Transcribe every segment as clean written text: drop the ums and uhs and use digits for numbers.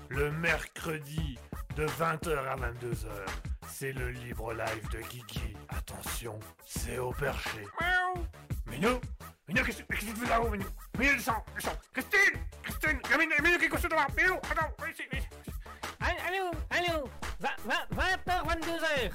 le mercredi de 20h à 22h. C'est le libre live de Guigui. Attention, c'est au perché. Miaou. Minou, qu'est-ce que tu fais là-haut, Minou? Minou, descends. Christine, Minou, qu'est-ce que tu fais là? Minou, attends, viens ici. Allô, 20h, 22h.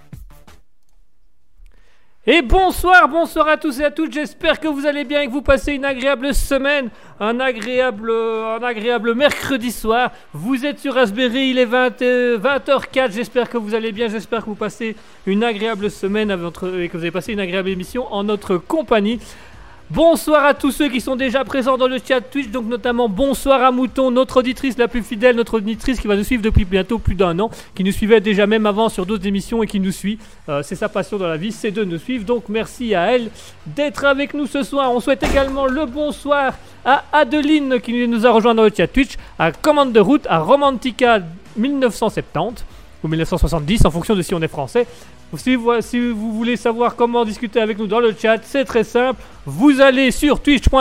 Et bonsoir à tous et à toutes, j'espère que vous allez bien et que vous passez une agréable semaine, un agréable mercredi soir. Vous êtes sur Raspberry, il est 20h04, j'espère que vous allez bien, j'espère que vous passez une agréable semaine et que vous avez passé une agréable émission en notre compagnie. Bonsoir à tous ceux qui sont déjà présents dans le chat Twitch, donc notamment bonsoir à Mouton, notre auditrice la plus fidèle, notre auditrice qui va nous suivre depuis bientôt plus d'un an, qui nous suivait déjà même avant sur d'autres émissions et qui nous suit. C'est sa passion dans la vie, c'est de nous suivre, donc merci à elle d'être avec nous ce soir. On souhaite également le bonsoir à Adeline qui nous a rejoint dans le chat Twitch, à Commande de route, à Romantica 1970 ou 1970 en fonction de si on est français. Si vous voulez savoir comment discuter avec nous dans le chat, c'est très simple. Vous allez sur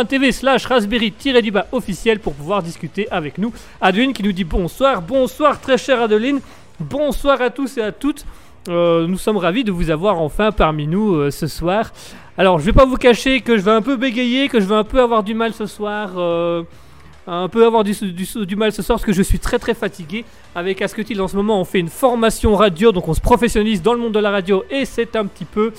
twitch.tv/raspberry-officiel pour pouvoir discuter avec nous. Adeline qui nous dit bonsoir très chère Adeline. Bonsoir à tous et à toutes. Nous sommes ravis de vous avoir enfin parmi nous ce soir. Alors je vais pas vous cacher que je vais un peu bégayer, que je vais un peu avoir du mal ce soir. Un peu avoir du mal ce soir parce que je suis très fatigué. Avec Asketil en ce moment on fait une formation radio, donc on se professionnalise dans le monde de la radio et c'est un petit peu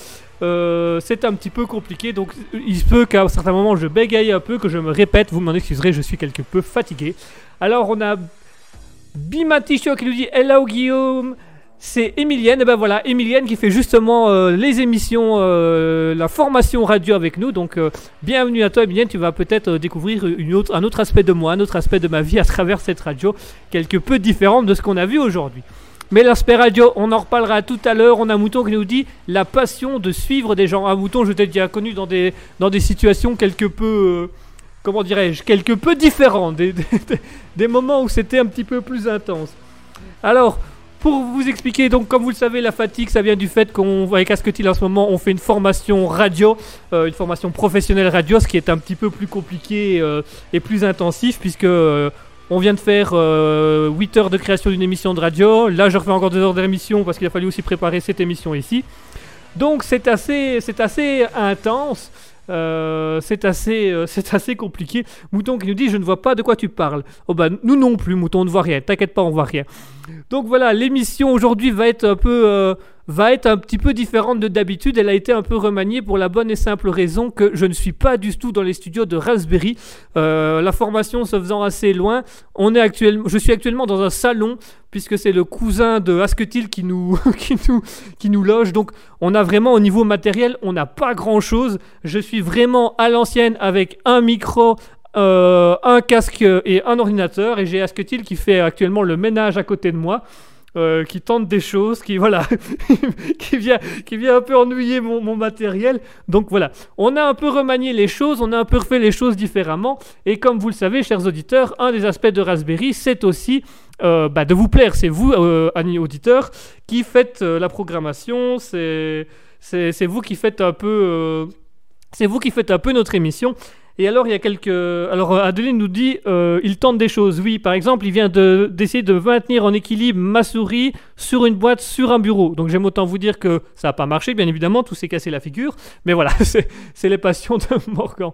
compliqué, donc il se peut qu'à un certain moment je bégaye un peu, que je me répète, vous m'en excuserez, je suis quelque peu fatigué. Alors on a Bimaticho qui nous dit hello Guillaume. C'est Emilienne, et ben voilà, Emilienne qui fait justement les émissions, la formation radio avec nous. Donc bienvenue à toi Emilienne, tu vas peut-être découvrir un autre aspect de moi, un autre aspect de ma vie à travers cette radio, quelque peu différente de ce qu'on a vu aujourd'hui. Mais l'aspect radio, on en reparlera tout à l'heure. On a Mouton qui nous dit la passion de suivre des gens. Mouton, je t'ai déjà connu dans des situations quelque peu, quelque peu différentes, des moments où c'était un petit peu plus intense. Alors, pour vous expliquer, donc comme vous le savez, la fatigue, ça vient du fait qu'avec Asketil en ce moment, on fait une formation radio, une formation professionnelle radio, ce qui est un petit peu plus compliqué et plus intensif, puisque on vient de faire 8 heures de création d'une émission de radio. Là, je refais encore 2 heures d'émission parce qu'il a fallu aussi préparer cette émission ici. Donc c'est assez intense. C'est assez compliqué. Mouton qui nous dit je ne vois pas de quoi tu parles. Oh bah nous non plus Mouton, on ne voit rien, t'inquiète pas, on voit rien. Donc voilà, l'émission aujourd'hui va être un petit peu différente de d'habitude. Elle a été un peu remaniée pour la bonne et simple raison que je ne suis pas du tout dans les studios de Raspberry. La formation se faisant assez loin, je suis actuellement dans un salon puisque c'est le cousin de Asketil qui nous loge. Donc on a vraiment au niveau matériel, on n'a pas grand chose. Je suis vraiment à l'ancienne avec un micro, un casque et un ordinateur, et j'ai Asketil qui fait actuellement le ménage à côté de moi. Qui tente des choses, qui vient un peu ennuyer mon matériel. Donc voilà, on a un peu remanié les choses, on a un peu refait les choses différemment. Et comme vous le savez, chers auditeurs, un des aspects de Raspberry, c'est aussi de vous plaire. C'est vous, amis auditeurs, qui faites la programmation. C'est vous qui faites un peu, notre émission. Et alors, Adeline nous dit, il tente des choses. Oui, par exemple, il vient d'essayer de maintenir en équilibre ma souris sur une boîte, sur un bureau. Donc, j'aime autant vous dire que ça n'a pas marché, bien évidemment, tout s'est cassé la figure. Mais voilà, c'est les passions de Morgan.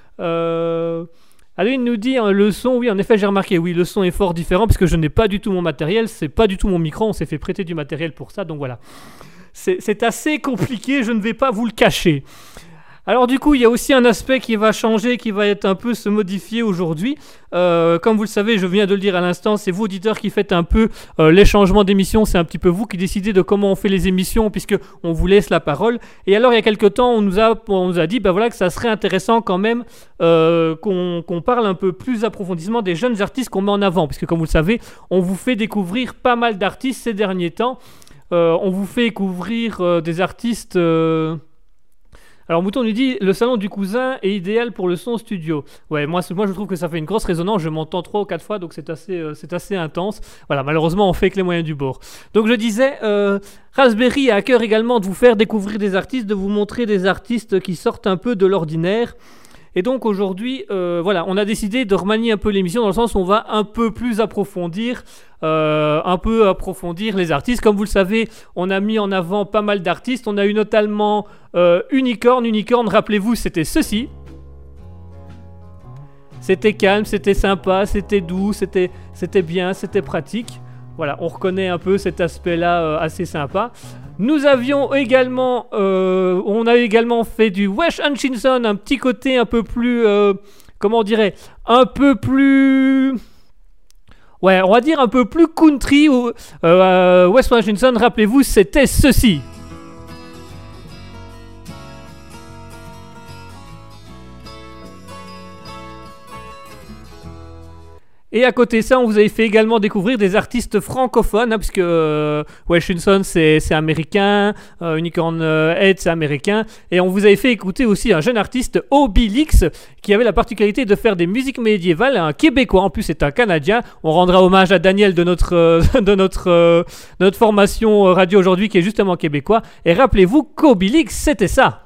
Adeline nous dit, le son, oui, en effet, j'ai remarqué, oui, le son est fort différent, parce que je n'ai pas du tout mon matériel, c'est pas du tout mon micro, on s'est fait prêter du matériel pour ça, donc voilà. C'est assez compliqué, je ne vais pas vous le cacher. Alors du coup, il y a aussi un aspect qui va changer, qui va être un peu se modifier aujourd'hui. Comme vous le savez, je viens de le dire à l'instant, c'est vous auditeurs qui faites un peu les changements d'émissions. C'est un petit peu vous qui décidez de comment on fait les émissions, puisque on vous laisse la parole. Et alors, il y a quelques temps, on nous a dit, voilà, que ça serait intéressant quand même qu'on parle un peu plus approfondissement des jeunes artistes qu'on met en avant, puisque comme vous le savez, on vous fait découvrir pas mal d'artistes ces derniers temps. On vous fait découvrir des artistes. Alors Mouton nous dit le salon du cousin est idéal pour le son studio. Ouais, moi je trouve que ça fait une grosse résonance, je m'entends 3 ou 4 fois, donc c'est assez intense. Voilà, malheureusement on fait avec les moyens du bord. Donc je disais, Raspberry a à cœur également de vous faire découvrir des artistes, de vous montrer des artistes qui sortent un peu de l'ordinaire. Et donc aujourd'hui, voilà, on a décidé de remanier un peu l'émission dans le sens où on va un peu plus approfondir les artistes. Comme vous le savez, on a mis en avant pas mal d'artistes. On a eu notamment Unicorn. Unicorn, rappelez-vous, c'était ceci. C'était calme, c'était sympa, c'était doux, c'était bien, c'était pratique. Voilà, on reconnaît un peu cet aspect-là assez sympa. Nous avions également, on a également fait du Wes Hutchinson, un petit côté un peu plus, comment on dirait, un peu plus... Ouais, on va dire un peu plus country. Wes Hutchinson, rappelez-vous, c'était ceci. Et à côté de ça, on vous avait fait également découvrir des artistes francophones, hein, puisque Wes Hutchinson c'est américain, Unicorn Head c'est américain, et on vous avait fait écouter aussi un jeune artiste, Obélix, qui avait la particularité de faire des musiques médiévales, un Québécois, en plus c'est un Canadien. On rendra hommage à Daniel de notre formation radio aujourd'hui, qui est justement québécois, et rappelez-vous qu'Obélix c'était ça.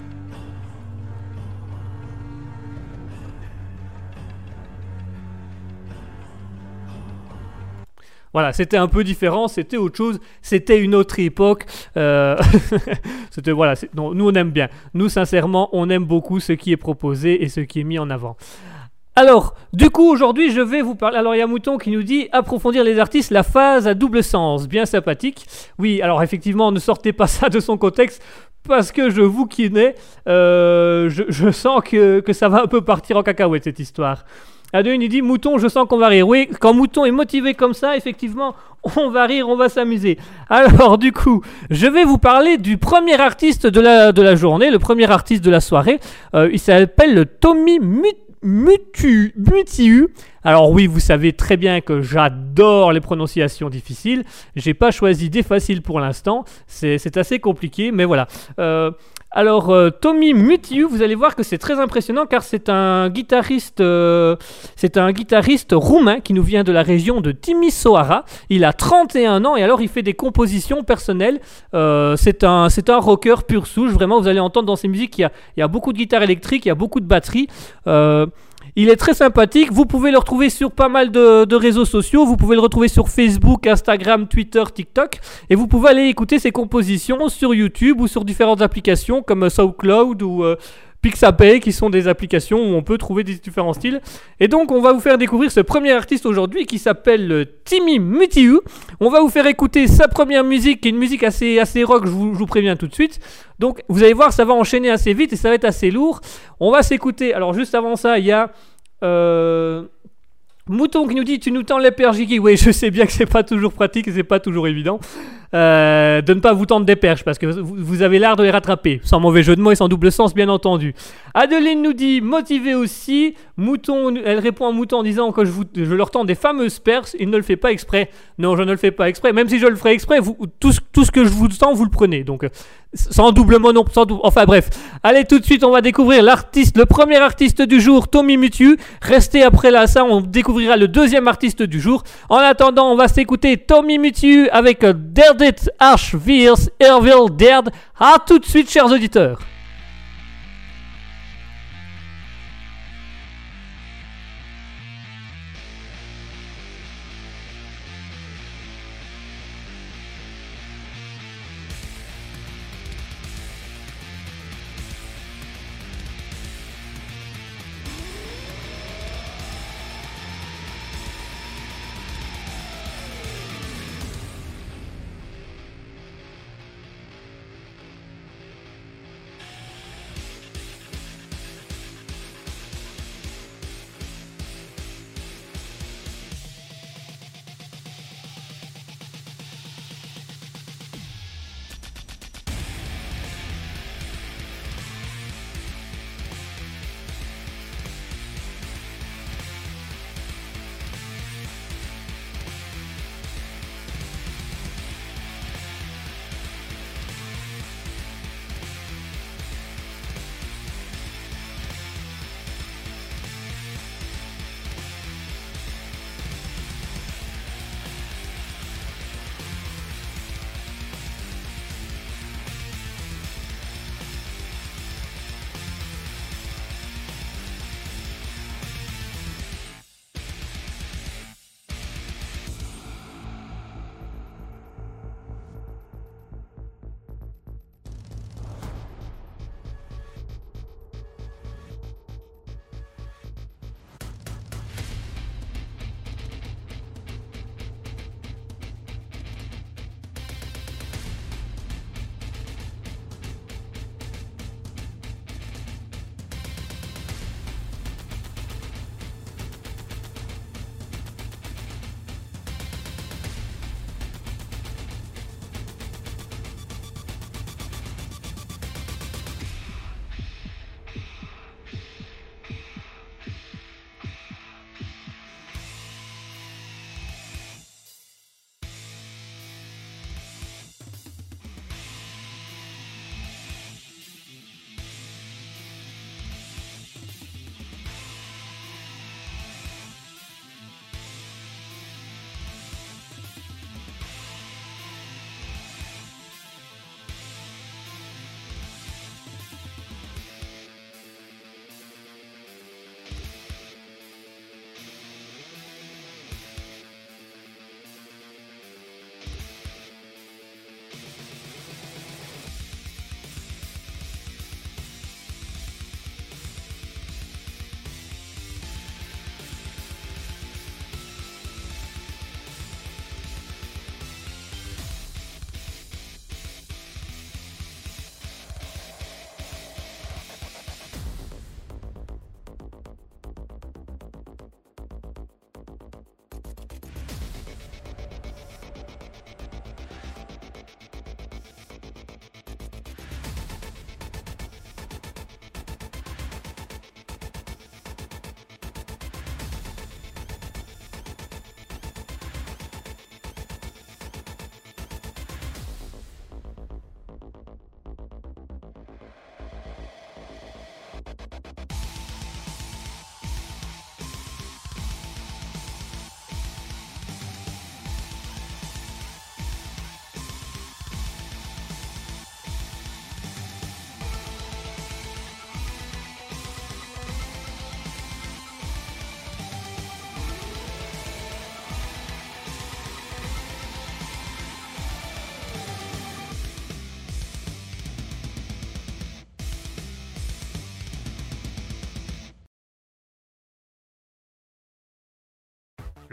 Voilà, c'était un peu différent, c'était autre chose, c'était une autre époque. C'était, voilà, non, nous on aime bien. Nous, sincèrement, on aime beaucoup ce qui est proposé et ce qui est mis en avant. Alors, du coup, aujourd'hui, je vais vous parler... Alors, il y a Mouton qui nous dit « Approfondir les artistes, la phase à double sens ». Bien sympathique. Oui, alors effectivement, ne sortez pas ça de son contexte, parce que je vous connais, je sens que ça va un peu partir en cacahuète, cette histoire. Adeline, il dit Mouton, je sens qu'on va rire. Oui, quand Mouton est motivé comme ça, effectivement, on va rire, on va s'amuser. Alors, du coup, je vais vous parler du premier artiste de la journée, le premier artiste de la soirée. Il s'appelle Tommy Muthiu. Alors oui, vous savez très bien que j'adore les prononciations difficiles. J'ai pas choisi des faciles pour l'instant. C'est assez compliqué, mais voilà. Alors, Tommy Muthiu, vous allez voir que c'est très impressionnant car c'est un guitariste roumain qui nous vient de la région de Timișoara. Il a 31 ans et alors il fait des compositions personnelles. C'est un rocker pur souche. Vraiment, vous allez entendre dans ses musiques, il y a beaucoup de guitare électrique, il y a beaucoup de batterie. Il est très sympathique, vous pouvez le retrouver sur pas mal de réseaux sociaux, vous pouvez le retrouver sur Facebook, Instagram, Twitter, TikTok, et vous pouvez aller écouter ses compositions sur YouTube ou sur différentes applications comme SoundCloud ou Pixabay, qui sont des applications où on peut trouver des différents styles. Et donc on va vous faire découvrir ce premier artiste aujourd'hui qui s'appelle Tommy Muthiu. On va vous faire écouter sa première musique, qui est une musique assez rock, je vous préviens tout de suite. Donc vous allez voir, ça va enchaîner assez vite et ça va être assez lourd. On va s'écouter, alors juste avant ça, il y a... Mouton qui nous dit tu nous tends les perches Gigi. Oui, je sais bien que c'est pas toujours pratique et c'est pas toujours évident de ne pas vous tendre des perches parce que vous avez l'art de les rattraper, sans mauvais jeu de mots et sans double sens bien entendu. Adeline nous dit motivé aussi. Mouton, elle répond à Mouton en disant que je leur tends des fameuses perches. Il ne le fait pas exprès. Non, je ne le fais pas exprès. Même si je le ferais exprès, tout ce que je vous tends, vous le prenez. Donc sans double mot, non, enfin bref. Allez, tout de suite, on va découvrir le premier artiste du jour, Tommy Muthiu. Restez après là, ça, on découvrira le deuxième artiste du jour. En attendant, on va s'écouter Tommy Muthiu avec Derdit Archvirs Ervil Derd. À tout de suite, chers auditeurs.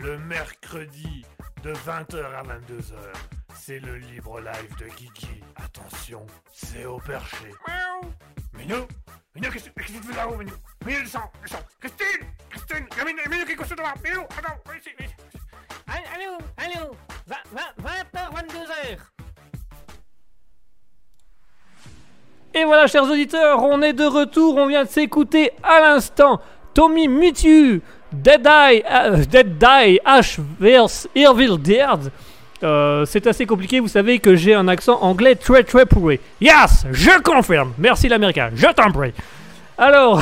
le mercredi de 20h à 22h. C'est le libre live de Guigui. Attention, c'est au perché. Minou, qu'est-ce que tu fais là-haut, Minou? Minou, descends. Christine, Minou, qu'est-ce que tu fais là? Minou, attends, ici. Allô 20h, 22h. Et voilà, chers auditeurs, on est de retour. On vient de s'écouter à l'instant Tommy Mutu, Dead Die, Ash vs Evil Dead. C'est assez compliqué, vous savez que j'ai un accent anglais très pourri. Yes, je confirme. Merci l'américain, je t'en prie. Alors,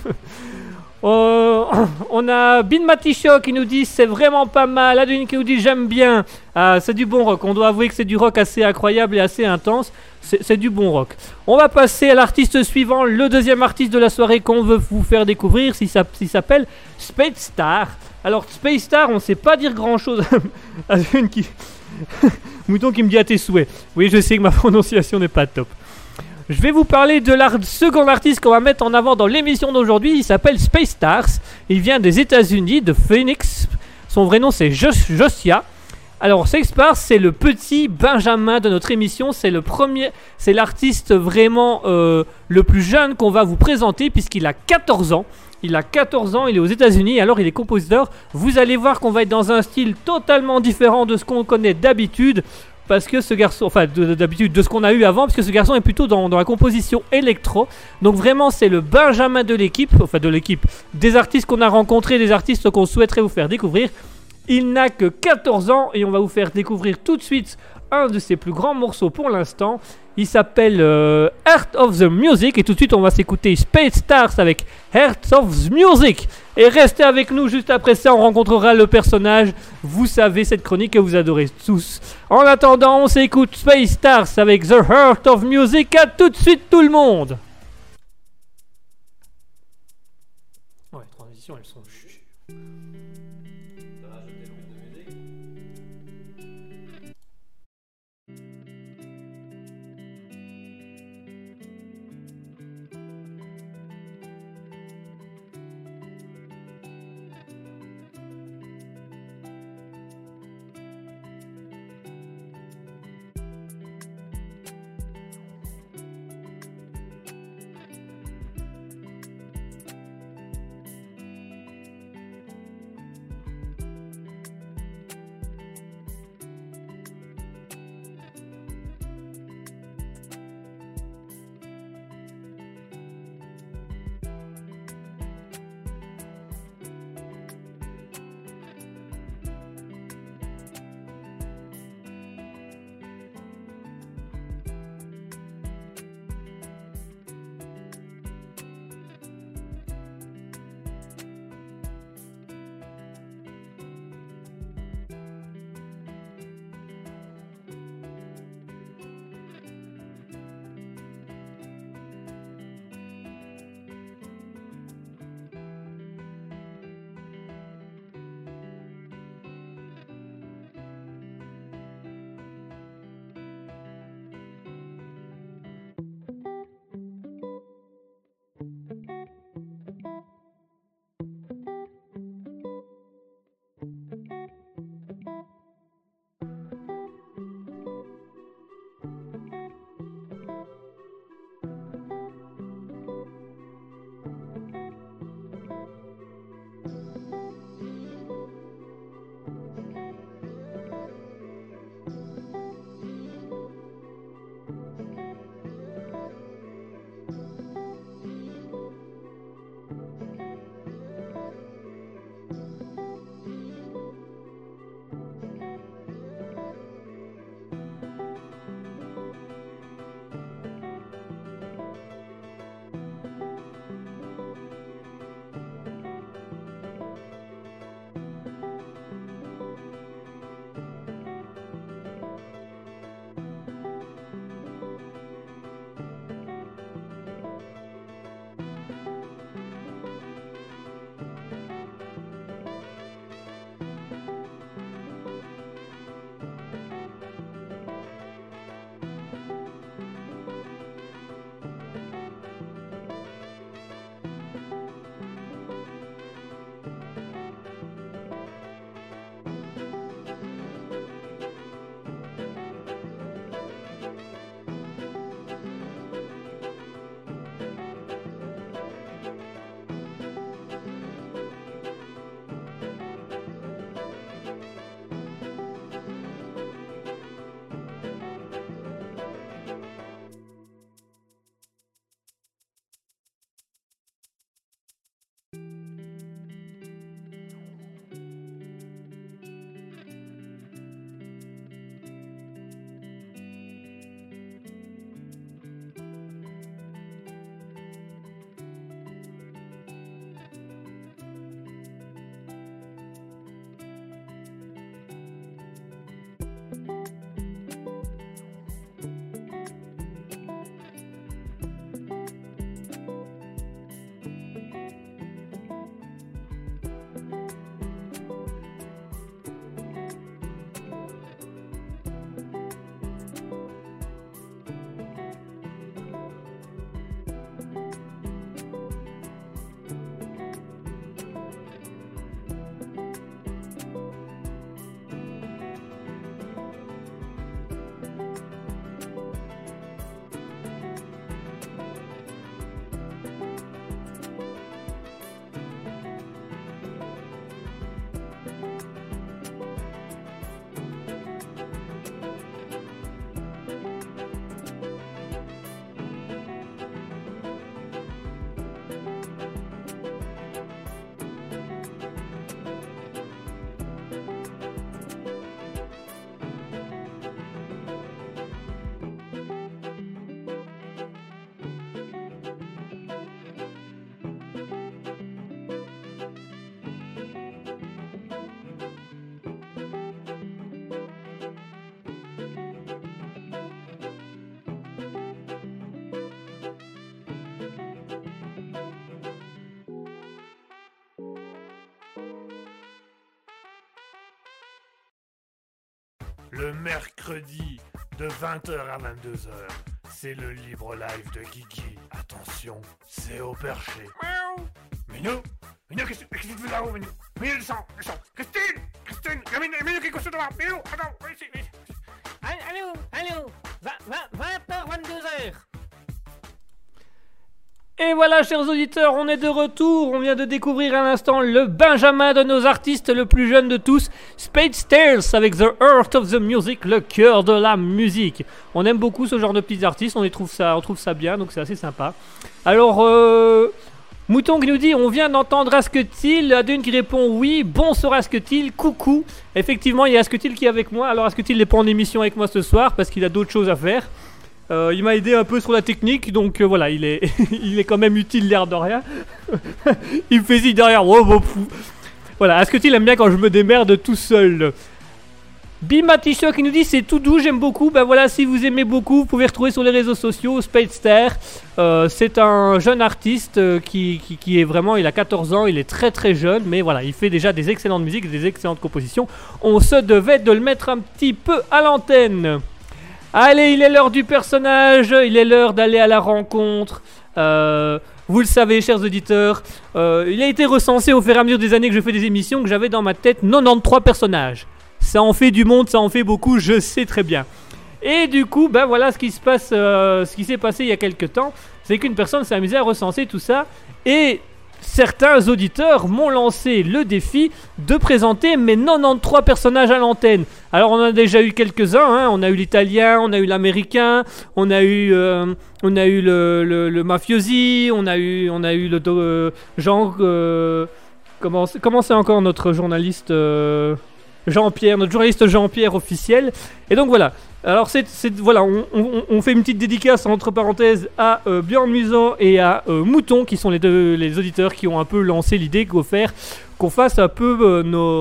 on a Bin Maticho qui nous dit c'est vraiment pas mal. Adeline qui nous dit j'aime bien. C'est du bon rock. On doit avouer que c'est du rock assez incroyable et assez intense. C'est du bon rock. On va passer à l'artiste suivant, le deuxième artiste de la soirée qu'on veut vous faire découvrir. Il s'appelle Space Star. Alors Space Star, on sait pas dire grand chose. Adeline qui... Mouton qui me dit à tes souhaits. Oui, je sais que ma prononciation n'est pas top. Je vais vous parler de second artiste qu'on va mettre en avant dans l'émission d'aujourd'hui. Il s'appelle Space Stars. Il vient des États-Unis, de Phoenix. Son vrai nom c'est Josia. Alors Space Stars, c'est le petit Benjamin de notre émission. C'est l'artiste vraiment le plus jeune qu'on va vous présenter puisqu'il a 14 ans. Il a 14 ans, il est aux États-Unis, alors il est compositeur. Vous allez voir qu'on va être dans un style totalement différent de ce qu'on connaît d'habitude. Parce que ce garçon, enfin d'habitude de ce qu'on a eu avant, parce que ce garçon est plutôt dans la composition électro. Donc vraiment c'est le Benjamin de l'équipe, enfin de l'équipe, des artistes qu'on a rencontrés, des artistes qu'on souhaiterait vous faire découvrir. Il n'a que 14 ans et on va vous faire découvrir tout de suite un de ses plus grands morceaux pour l'instant. Il s'appelle Heart of the Music et tout de suite on va s'écouter Space Stars avec Heart of the Music. Et restez avec nous, juste après ça on rencontrera le personnage. Vous savez cette chronique que vous adorez tous. En attendant on s'écoute Space Stars avec The Heart of Music. À tout de suite tout le monde. Ouais, transitions elles sont chuches. le mercredi de 20h à 22h. C'est le libre live de Guigui. Attention, c'est au perché. Minou, qu'est-ce que tu fais là-haut, Minou? Minou, descends. Christine, Minou, qui est couché devant. Minou, attends, ici. Allô 20h, 22h. Et voilà, chers auditeurs, on est de retour. On vient de découvrir à l'instant le Benjamin de nos artistes, le plus jeune de tous, Spadestairs, avec The Heart of the Music, le cœur de la musique. On aime beaucoup ce genre de petits artistes, on trouve ça bien, donc c'est assez sympa. Alors, Mouton qui nous dit, on vient d'entendre Asketil, Adune qui répond oui, bonsoir Asketil, coucou. Effectivement, il y a Asketil qui est avec moi, alors Asketil n'est pas en émission avec moi ce soir, parce qu'il a d'autres choses à faire. Il m'a aidé un peu sur la technique, donc voilà, il est, il est quand même utile, l'air de rien. Il me fait si derrière, oh, bon, fou. Voilà, Asketil aime bien quand je me démerde tout seul. Bimatisho qui nous dit c'est tout doux, j'aime beaucoup. Ben voilà, si vous aimez beaucoup, vous pouvez retrouver sur les réseaux sociaux Spadestair. C'est un jeune artiste qui est vraiment, il a 14 ans, il est très très jeune, mais voilà, il fait déjà des excellentes musiques, des excellentes compositions. On se devait de le mettre un petit peu à l'antenne. Allez, il est l'heure du personnage, il est l'heure d'aller à la rencontre. Vous le savez, chers auditeurs, il a été recensé au fur et à mesure des années que je fais des émissions que j'avais dans ma tête 93 personnages. Ça en fait du monde, ça en fait beaucoup, je sais très bien. Et du coup, ben voilà ce qui se passe, ce qui s'est passé il y a quelques temps, c'est qu'une personne s'est amusée à recenser tout ça et certains auditeurs m'ont lancé le défi de présenter mes 93 personnages à l'antenne. Alors on en a déjà eu quelques-uns, hein. On a eu l'italien, on a eu l'américain, on a eu le mafiosi, on a eu le Jean... comment c'est encore notre journaliste Jean-Pierre, notre journaliste Jean-Pierre officiel. Et donc voilà. Alors voilà, on fait une petite dédicace entre parenthèses à Björn Musan et à Mouton, qui sont les auditeurs qui ont un peu lancé l'idée qu'on fasse un peu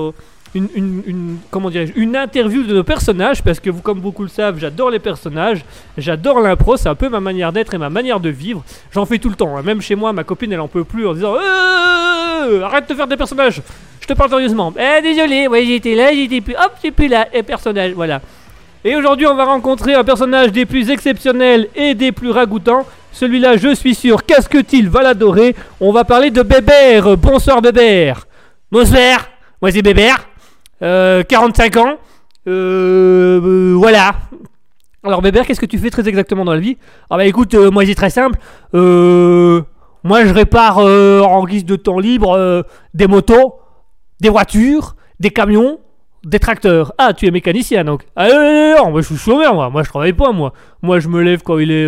une interview de nos personnages, parce que vous, comme beaucoup le savent, j'adore les personnages, j'adore l'impro, c'est un peu ma manière d'être et ma manière de vivre. J'en fais tout le temps, hein. Même chez moi, ma copine elle en peut plus en disant arrête de faire des personnages, je te parle sérieusement. Désolé, ouais, j'étais là, j'étais plus, hop, j'ai plus là, et personnage, voilà. Et aujourd'hui, on va rencontrer un personnage des plus exceptionnels et des plus ragoûtants. Celui-là, je suis sûr, qu'est-ce-qu'il va l'adorer. On va parler de Bébert. Bonsoir Bébert. Bonsoir, moi c'est Bébert, 45 ans, voilà. Alors Bébert, qu'est-ce que tu fais très exactement dans la vie? Ah bah écoute, moi c'est très simple, moi je répare en guise de temps libre des motos, des voitures, des camions, des tracteurs. Ah, tu es mécanicien donc. Ah non, moi je suis chômeur, moi je travaille pas, moi je me lève quand il est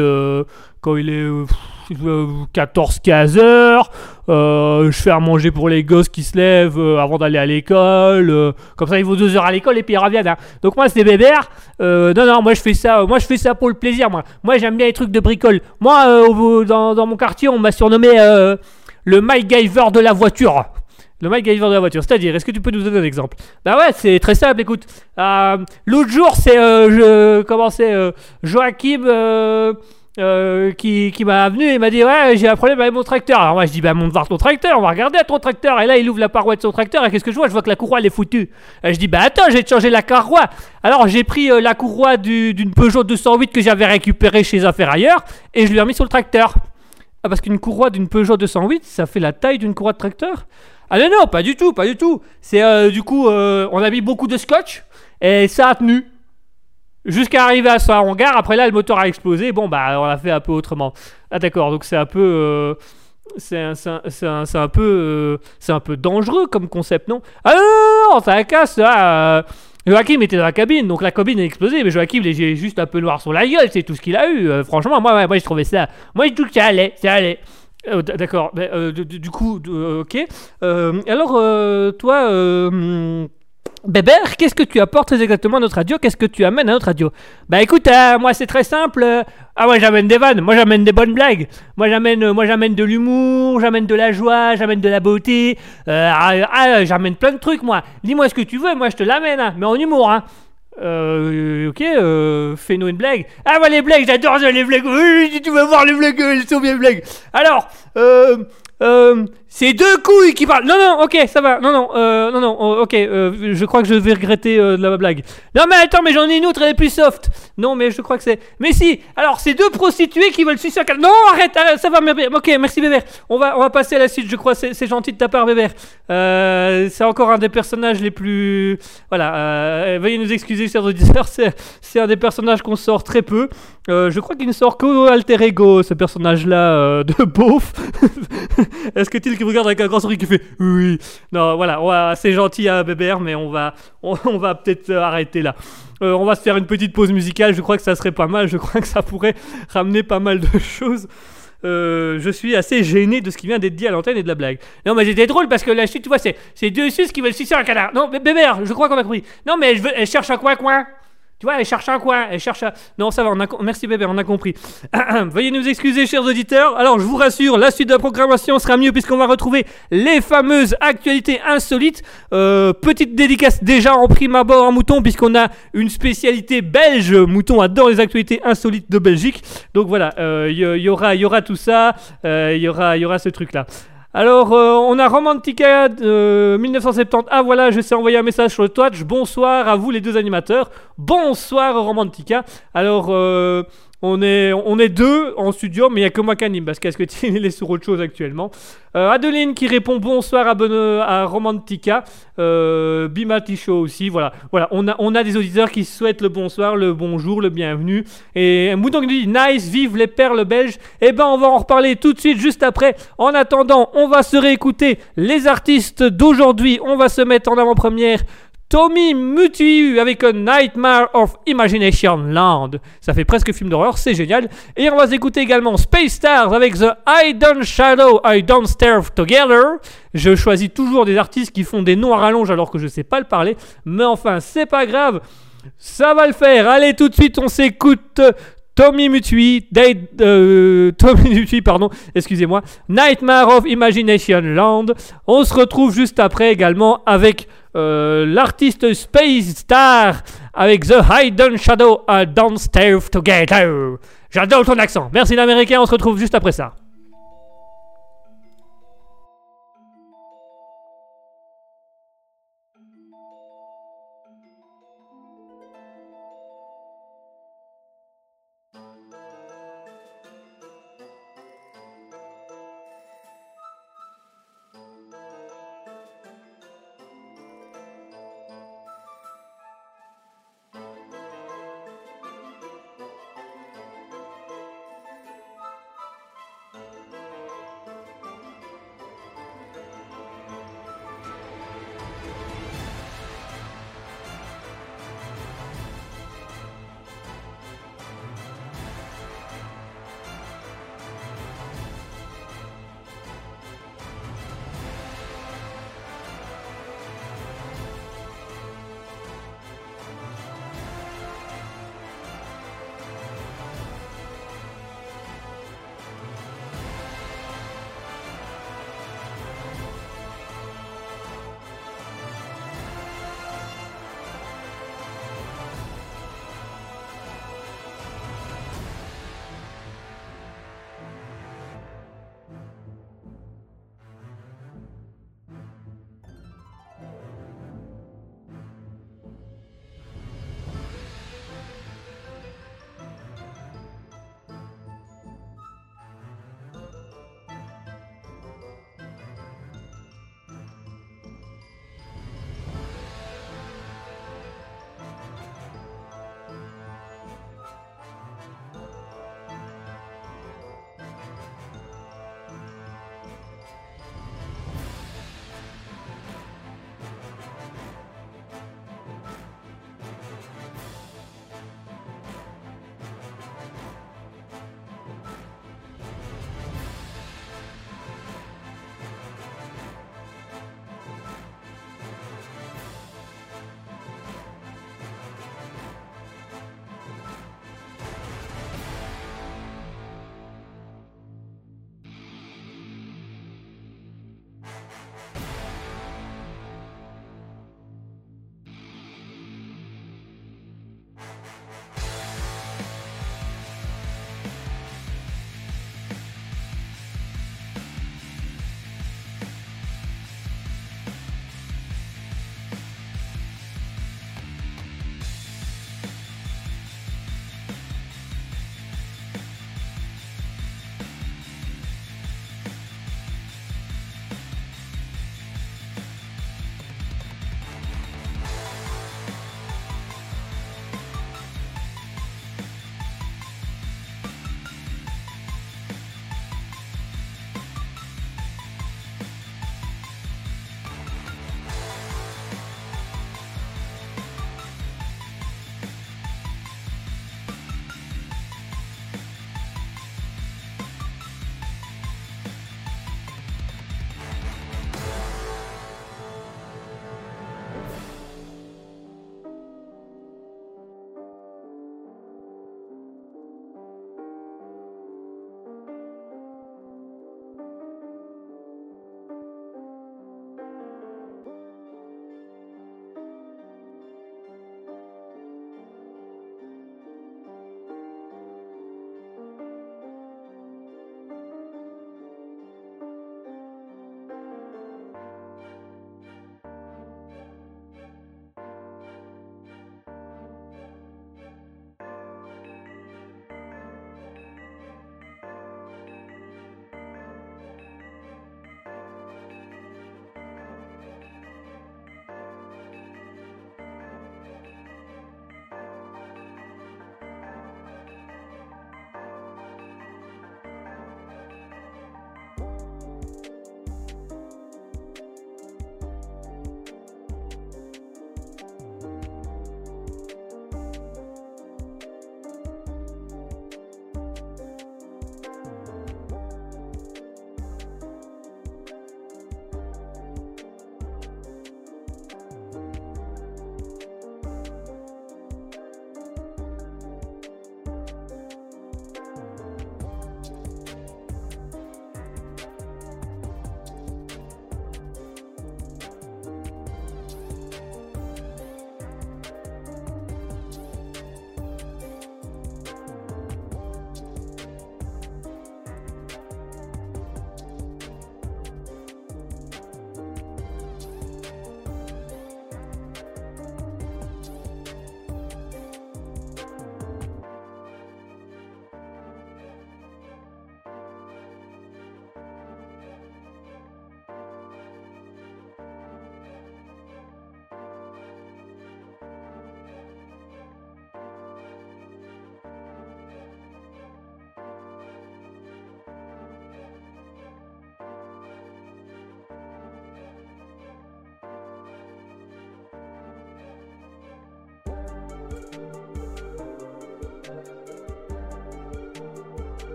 14-15 heures, je fais à manger pour les gosses qui se lèvent avant d'aller à l'école, comme ça ils vont 2 heures à l'école et puis ils reviennent, hein. Donc moi c'est Bébert, non, moi je fais ça pour le plaisir, moi j'aime bien les trucs de bricole. Moi dans mon quartier on m'a surnommé le MacGyver de la voiture. Le MacGyver de la voiture, c'est-à-dire, est-ce que tu peux nous donner un exemple? Bah ouais, c'est très simple, écoute. L'autre jour, c'est Joachim qui m'a venu et m'a dit ouais, j'ai un problème avec mon tracteur. Alors moi je dis bah monte voir ton tracteur, on va regarder à ton tracteur. Et là il ouvre la paroi de son tracteur et qu'est-ce que je vois? Je vois que la courroie elle est foutue. Et je dis bah attends, je vais te changer la courroie. Alors j'ai pris la courroie d'une Peugeot 208 que j'avais récupérée chez un ferrailleur et je lui ai remis sur le tracteur. Ah, parce qu'une courroie d'une Peugeot 208 ça fait la taille d'une courroie de tracteur? Ah non, pas du tout. C'est du coup, on a mis beaucoup de scotch et ça a tenu. Jusqu'à arriver à son hangar, après là le moteur a explosé, bon bah on l'a fait un peu autrement. Ah d'accord, donc c'est un peu... c'est un peu dangereux comme concept, non? Ah non, ça casse là. Joachim était dans la cabine, donc la cabine a explosé, mais Joachim il est juste un peu noir sur la gueule, c'est tout ce qu'il a eu. Franchement, moi je trouvais ça... Moi je trouve que ça allait. D'accord, du coup, ok. Alors, toi, Bébert, qu'est-ce que tu apportes très exactement à notre radio? Qu'est-ce que tu amènes à notre radio? Bah écoute, moi c'est très simple. Moi j'amène des vannes, moi j'amène des bonnes blagues. Moi j'amène de l'humour, j'amène de la joie, j'amène de la beauté. J'amène plein de trucs, moi. Dis-moi ce que tu veux, moi je te l'amène, hein, mais en humour, hein. Ok, fais-nous une blague. Ah bah les blagues, j'adore ça, les blagues. Oui, tu vas voir les blagues, elles sont bien blagues. Alors, C'est deux couilles qui parlent. Non, non, ok, ça va. Non, non, non, non, ok. Je crois que je vais regretter la blague. Non, mais attends, mais j'en ai une autre, elle est plus soft. Non, mais je crois que c'est. Mais si. Alors, c'est deux prostituées qui veulent sucer un canard. Non, arrête, ça va, bébé. Ok, merci, Bébert. On va passer à la suite. Je crois. C'est gentil de ta part, Bébert. C'est encore un des personnages les plus. Voilà. Veuillez nous excuser, chers auditeurs. C'est un des personnages qu'on sort très peu. Je crois qu'il ne sort qu'au alter ego, ce personnage-là de beauf. Est-ce que tu qui regarde avec un grand sourire qui fait oui? Non, voilà, c'est gentil à Bébert, mais on va peut-être arrêter là. On va se faire une petite pause musicale. Je crois que ça serait pas mal. Je crois que ça pourrait ramener pas mal de choses. Je suis assez gêné de ce qui vient d'être dit à l'antenne et de la blague. Non, mais c'était drôle parce que la chute, tu vois, c'est deux Suisses qui veulent sucer un canard. Non, Bébert, je crois qu'on a compris. Non, mais elle cherche un coin. Tu vois, elle cherche un coin, elle cherche à... Non, ça va, merci bébé, on a compris. Veuillez nous excuser, chers auditeurs. Alors, je vous rassure, la suite de la programmation sera mieux puisqu'on va retrouver les fameuses actualités insolites. Petite dédicace déjà en prime abord en mouton puisqu'on a une spécialité belge. Mouton adore les actualités insolites de Belgique. Donc voilà, y aura tout ça, il y aura ce truc-là. Alors, on a Romantica 1970. Ah voilà, je sais envoyer un message sur le Twitch. Bonsoir à vous les deux animateurs. Bonsoir Romantica. Alors, on est deux en studio, mais il n'y a que moi qui anime parce qu'est-ce que il est sur autre chose actuellement. Adeline qui répond bonsoir à Romantica. Bimati aussi. Voilà, on a des auditeurs qui souhaitent le bonsoir, le bonjour, le bienvenu. Et Mouton qui dit nice, vive les perles belges. Eh ben, on va en reparler tout de suite, juste après. En attendant, on va se réécouter les artistes d'aujourd'hui. On va se mettre en avant-première. Tommy Mutu avec A Nightmare of Imagination Land. Ça fait presque film d'horreur, c'est génial. Et on va s'écouter également Space Stars avec The I Don't Shadow, I Don't Stare Together. Je choisis toujours des artistes qui font des noms à rallonge alors que je sais pas le parler. Mais enfin, c'est pas grave. Ça va le faire. Allez, tout de suite, on s'écoute Tommy Mutu, excusez-moi, Nightmare of Imagination Land. On se retrouve juste après également avec l'artiste Space Star avec The Hidden Shadow Don't Stare Together. J'adore ton accent. Merci l'américain, on se retrouve juste après ça.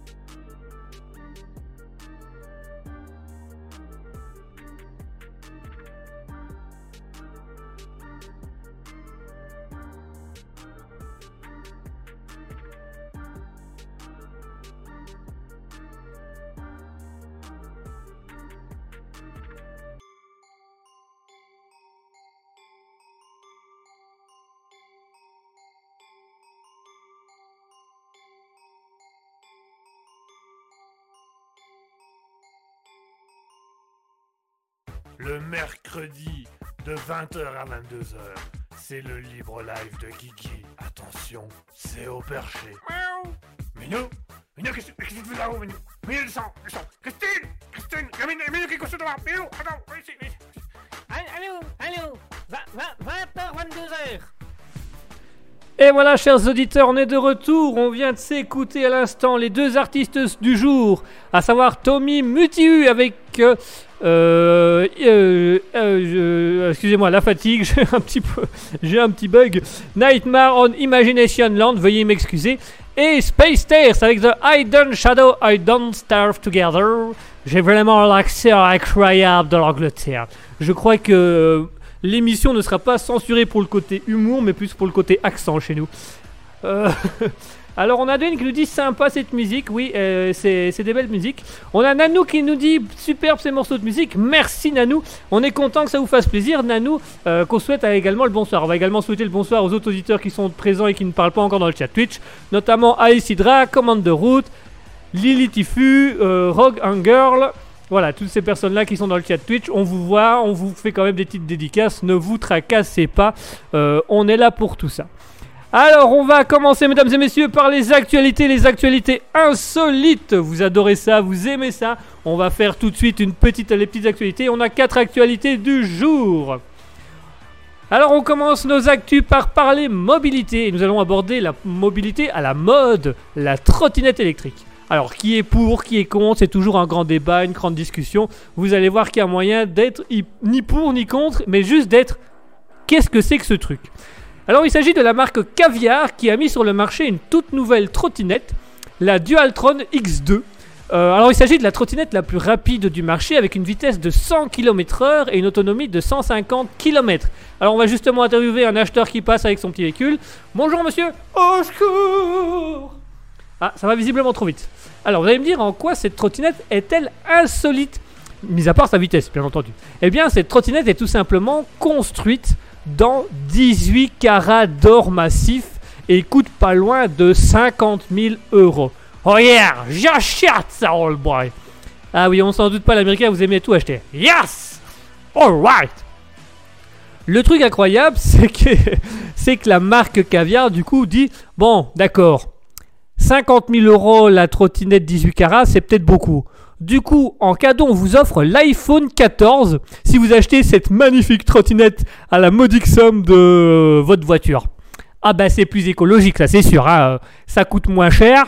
Le mercredi de 20h à 22h, c'est le libre live de Guigui. Attention, c'est au perché. Minou, qu'est-ce que tu fais là-haut, Minou? Minou, descends. Christine, Minou, qu'est-ce que tu fais là? Minou, attends, ici. Allô, 20h, 22h. Et voilà, chers auditeurs, on est de retour. On vient de s'écouter à l'instant les deux artistes du jour, à savoir Tommy Mutiu avec... excusez-moi, la fatigue, j'ai un petit bug. Nightmare on Imagination Land, veuillez m'excuser. Et Space Stairs avec The Hidden Shadow, I Don't Starve Together. J'ai vraiment l'accent incroyable de l'Angleterre. Je crois que l'émission ne sera pas censurée pour le côté humour, mais plus pour le côté accent chez nous. Alors on a Dwayne qui nous dit sympa cette musique, oui, c'est des belles musiques. On a Nanou qui nous dit superbe ces morceaux de musique, merci Nanou. On est content que ça vous fasse plaisir Nanou, qu'on souhaite également le bonsoir. On va également souhaiter le bonsoir aux autres auditeurs qui sont présents et qui ne parlent pas encore dans le chat Twitch, notamment Aïsidra, Command de Route, Lily Tifu, Rogue Girl. Voilà, toutes ces personnes-là qui sont dans le chat Twitch, on vous voit, on vous fait quand même des petites dédicaces, ne vous tracassez pas, on est là pour tout ça. Alors, on va commencer, mesdames et messieurs, par les actualités insolites. Vous adorez ça, vous aimez ça. On va faire tout de suite les petites actualités. On a 4 actualités du jour. Alors, on commence nos actus par parler mobilité. Et nous allons aborder la mobilité à la mode, la trottinette électrique. Alors, qui est pour, qui est contre, c'est toujours un grand débat, une grande discussion. Vous allez voir qu'il y a moyen d'être ni pour ni contre, mais juste d'être qu'est-ce que c'est que ce truc ? Alors il s'agit de la marque Caviar qui a mis sur le marché une toute nouvelle trottinette, la Dualtron X2. Alors il s'agit de la trottinette la plus rapide du marché avec une vitesse de 100 km/h et une autonomie de 150 km. Alors on va justement interviewer un acheteur qui passe avec son petit véhicule. Bonjour monsieur, au secours! Ah, ça va visiblement trop vite. Alors vous allez me dire en quoi cette trottinette est-elle insolite, mis à part sa vitesse bien entendu. Eh bien cette trottinette est tout simplement construite dans 18 carats d'or massif et coûte pas loin de 50 000 €. Oh yeah, j'achète ça, all boy. Ah oui, on s'en doute pas, l'américain, vous aimez tout acheter. Yes, alright. Le truc incroyable, c'est que la marque Caviar, du coup, dit, bon, d'accord, 50 000 € la trottinette 18 carats, c'est peut-être beaucoup. Du coup, en cadeau, on vous offre l'iPhone 14 si vous achetez cette magnifique trottinette à la modique somme de votre voiture. Ah bah c'est plus écologique, ça c'est sûr, hein. Ça coûte moins cher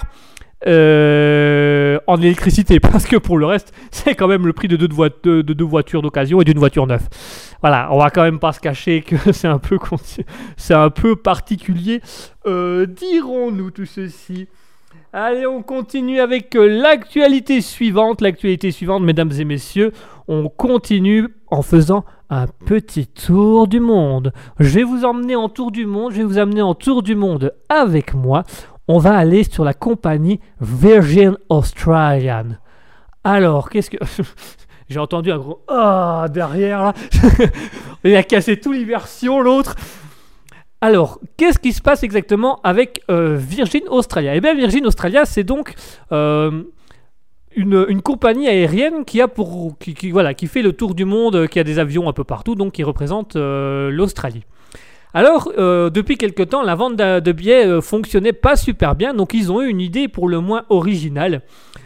en électricité parce que pour le reste, c'est quand même le prix de deux voitures d'occasion et d'une voiture neuve. Voilà, on va quand même pas se cacher que c'est un peu particulier, dirons-nous tout ceci. Allez, on continue avec l'actualité suivante. L'actualité suivante, mesdames et messieurs, on continue en faisant un petit tour du monde. Je vais vous emmener en tour du monde, je vais vous amener en tour du monde avec moi. On va aller sur la compagnie Virgin Australian. Alors, qu'est-ce que... J'ai entendu un gros « Ah » derrière, là. Il a cassé toute l'immersion, l'autre. Alors, qu'est-ce qui se passe exactement avec Virgin Australia ? Eh bien, Virgin Australia, c'est donc une compagnie aérienne qui fait le tour du monde, qui a des avions un peu partout, donc qui représente l'Australie. Alors, depuis quelque temps, la vente de billets fonctionnait pas super bien, donc ils ont eu une idée pour le moins originale.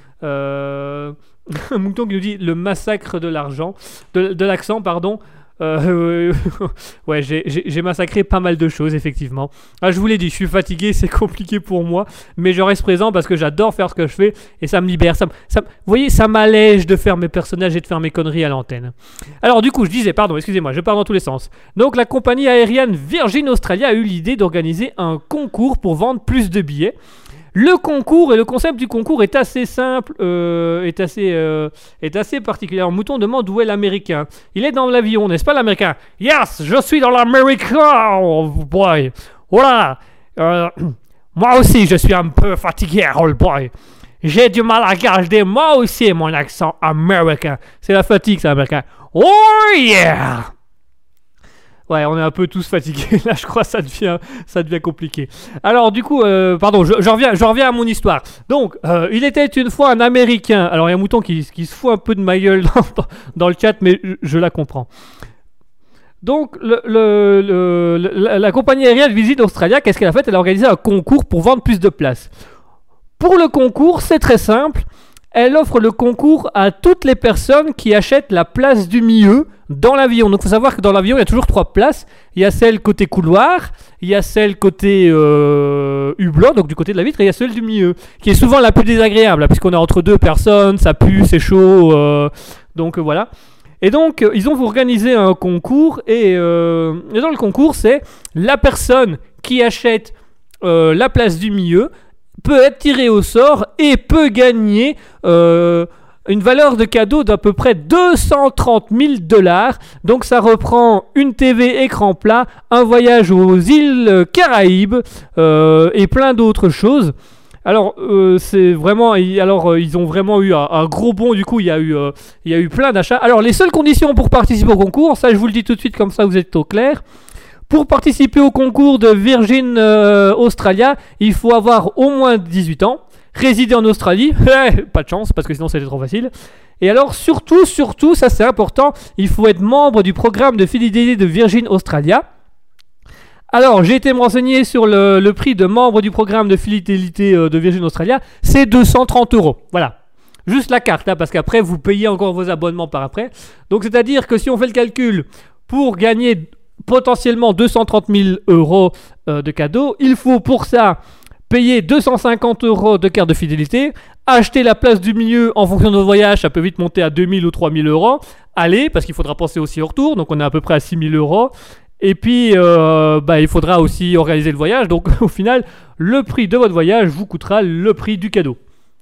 Mouton qui nous dit le massacre de l'argent, de l'accent, pardon. Ouais, j'ai massacré pas mal de choses, effectivement. Ah, je vous l'ai dit, je suis fatigué, c'est compliqué pour moi, mais je reste présent parce que j'adore faire ce que je fais et ça me libère. Vous voyez, ça m'allège de faire mes personnages et de faire mes conneries à l'antenne. Alors, du coup, je disais, pardon, excusez-moi, je pars dans tous les sens. Donc, la compagnie aérienne Virgin Australia a eu l'idée d'organiser un concours pour vendre plus de billets. Le concours et le concept du concours est assez simple, est assez particulier. Alors, Mouton demande où est l'Américain. Il est dans l'avion, n'est-ce pas l'Américain? Yes, je suis dans l'Américain, oh boy. Voilà. Moi aussi, je suis un peu fatigué, old boy. J'ai du mal à garder moi aussi mon accent américain. C'est la fatigue, ça, américain. Oh yeah! Ouais, on est un peu tous fatigués. Là, je crois que ça devient compliqué. Alors, du coup, pardon, je reviens à mon histoire. Donc, il était une fois un Américain. Alors, il y a un Mouton qui se fout un peu de ma gueule dans le chat, mais je la comprends. Donc, la compagnie aérienne Visit Australia, qu'est-ce qu'elle a fait? Elle a organisé un concours pour vendre plus de places. Pour le concours, c'est très simple. Elle offre le concours à toutes les personnes qui achètent la place du milieu dans l'avion. Donc, il faut savoir que dans l'avion, il y a toujours 3 places. Il y a celle côté couloir, il y a celle côté hublot, donc du côté de la vitre, et il y a celle du milieu, qui est souvent la plus désagréable, puisqu'on est entre 2 personnes, ça pue, c'est chaud, donc voilà. Et donc, ils ont organisé un concours, et dans le concours, c'est la personne qui achète la place du milieu peut être tirée au sort et peut gagner une valeur de cadeau d'à peu près 230 000 $. Donc ça reprend une TV écran plat, un voyage aux îles Caraïbes et plein d'autres choses. Alors, c'est vraiment. Alors, ils ont vraiment eu un gros bond. Du coup, il y a eu plein d'achats. Alors, les seules conditions pour participer au concours, ça je vous le dis tout de suite, comme ça vous êtes au clair. Pour participer au concours de Virgin Australia, il faut avoir au moins 18 ans, résider en Australie, pas de chance parce que sinon c'était trop facile. Et alors surtout, ça c'est important, il faut être membre du programme de fidélité de Virgin Australia. Alors j'ai été me renseigner sur le prix de membre du programme de fidélité de Virgin Australia, c'est 230 €. Voilà. Juste la carte, hein, parce qu'après vous payez encore vos abonnements par après. Donc c'est-à-dire que si on fait le calcul, pour gagner potentiellement 230 000 € de cadeaux, il faut pour ça payer 250 € de carte de fidélité, acheter la place du milieu en fonction de votre voyage, ça peut vite monter à 2 000 ou 3 000 €, aller, parce qu'il faudra penser aussi au retour, donc on est à peu près à 6 000 €, et puis il faudra aussi organiser le voyage, donc au final, le prix de votre voyage vous coûtera le prix du cadeau.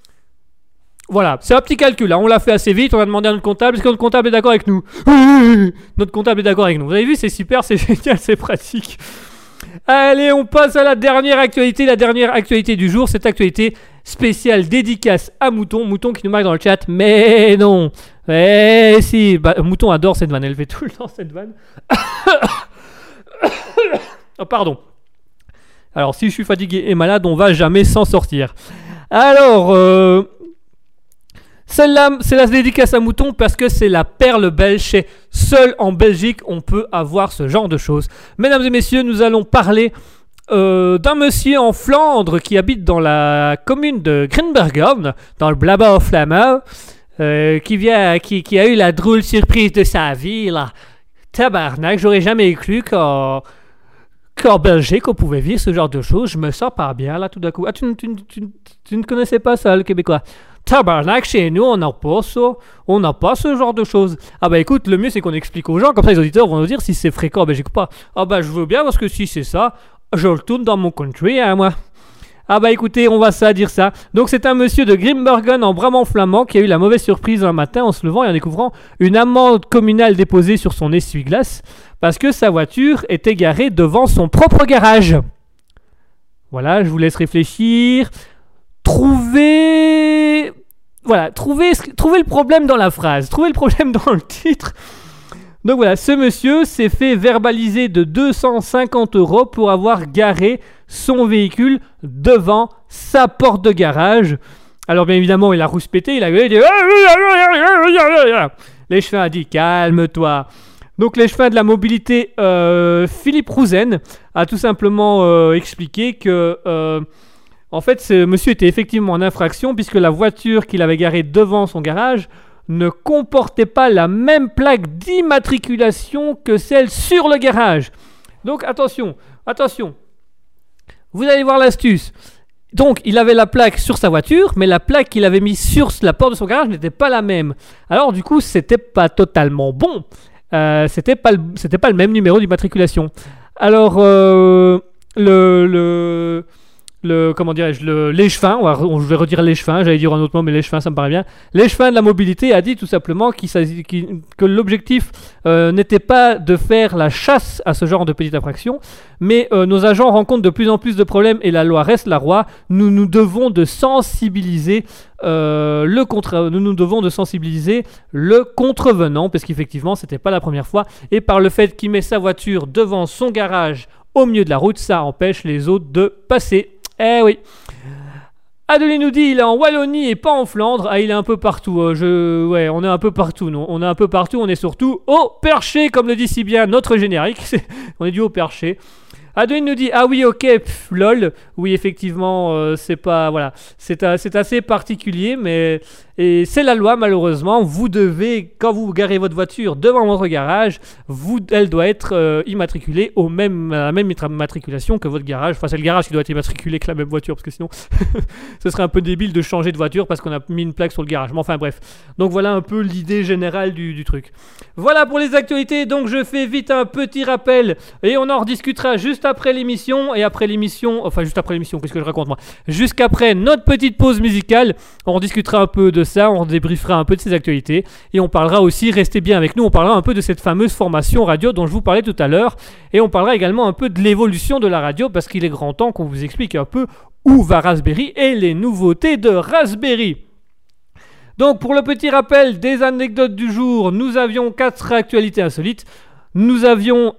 Voilà, c'est un petit calcul, hein. On l'a fait assez vite, on a demandé à notre comptable, est-ce que notre comptable est d'accord avec nous? Notre comptable est d'accord avec nous. Vous avez vu, c'est super, c'est génial, c'est pratique. Allez, on passe à la dernière actualité du jour, cette actualité spéciale dédicace à Mouton. Mouton qui nous marque dans le chat, mais non. Eh si, Mouton adore cette vanne, elle fait tout le temps cette vanne. Oh, pardon. Alors, si je suis fatigué et malade, on va jamais s'en sortir. Alors, celle-là, c'est la dédicace à Mouton parce que c'est la perle belge. Seul en Belgique, on peut avoir ce genre de choses. Mesdames et messieurs, nous allons parler d'un monsieur en Flandre qui habite dans la commune de Grimbergen, dans le Blabber Flamand, qui a eu la drôle surprise de sa vie, là. Tabarnak, j'aurais jamais cru qu'en Belgique, on pouvait vivre ce genre de choses. Je me sens pas bien, là, tout d'un coup. Ah, tu ne connaissais pas ça, le Québécois? Tabarnak, chez nous, on n'a pas ça. On n'a pas ce genre de choses. Ah bah écoute, le mieux c'est qu'on explique aux gens, comme ça les auditeurs vont nous dire si c'est fréquent en Belgique ou pas. Ah bah je veux bien parce que si c'est ça, je le tourne dans mon country, hein, moi. Ah bah écoutez, on va dire ça. Donc c'est un monsieur de Grimbergen en Brabant flamand qui a eu la mauvaise surprise un matin en se levant et en découvrant une amende communale déposée sur son essuie-glace parce que sa voiture était garée devant son propre garage. Voilà, je vous laisse réfléchir. Trouvez le problème dans la phrase, trouvez le problème dans le titre. Donc voilà, ce monsieur s'est fait verbaliser de 250 € pour avoir garé son véhicule devant sa porte de garage. Alors bien évidemment, il a rouspété, il a gueulé, il a dit... L'échevin a dit, calme-toi. Donc l'échevin de la mobilité, Philippe Rouzen, a tout simplement expliqué que... en fait, ce monsieur était effectivement en infraction puisque la voiture qu'il avait garée devant son garage ne comportait pas la même plaque d'immatriculation que celle sur le garage. Donc attention, vous allez voir l'astuce. Donc il avait la plaque sur sa voiture, mais la plaque qu'il avait mise sur la porte de son garage n'était pas la même. Alors du coup, c'était pas totalement bon. C'était pas le même numéro d'immatriculation. Alors comment dirais-je, l'échevin, je vais redire l'échevin, j'allais dire un autre mot, mais l'échevin ça me paraît bien. L'échevin de la mobilité a dit tout simplement que l'objectif n'était pas de faire la chasse à ce genre de petite infraction, mais nos agents rencontrent de plus en plus de problèmes et la loi reste la loi. Nous devons de sensibiliser le contrevenant, parce qu'effectivement c'était pas la première fois, et par le fait qu'il met sa voiture devant son garage au milieu de la route, ça empêche les autres de passer. Eh oui. Adeline nous dit il est en Wallonie et pas en Flandre. Ah, il est un peu partout. Ouais, on est un peu partout, non. On est un peu partout, on est surtout au Perché, comme le dit si bien notre générique. On est du au Perché. Adeline nous dit ah oui, ok, lol. Oui, effectivement, c'est pas. Voilà. C'est assez particulier, mais. Et c'est la loi, malheureusement. Vous devez, quand vous garez votre voiture devant votre garage, elle doit être immatriculée à la même immatriculation que votre garage. Enfin, c'est le garage qui doit être immatriculé avec la même voiture, parce que sinon, ce serait un peu débile de changer de voiture parce qu'on a mis une plaque sur le garage. Mais enfin, bref. Donc, voilà un peu l'idée générale du truc. Voilà pour les actualités. Donc, je fais vite un petit rappel et on en rediscutera juste après l'émission. Et après l'émission, enfin, juste après l'émission, qu'est-ce que je raconte, moi? Jusqu'après notre petite pause musicale, on discutera un peu de ça, on débriefera un peu de ces actualités et on parlera aussi, restez bien avec nous, on parlera un peu de cette fameuse formation radio dont je vous parlais tout à l'heure et on parlera également un peu de l'évolution de la radio parce qu'il est grand temps qu'on vous explique un peu où va Raspberry et les nouveautés de Raspberry. Donc pour le petit rappel des anecdotes du jour, nous avions 4 actualités insolites. Nous avions...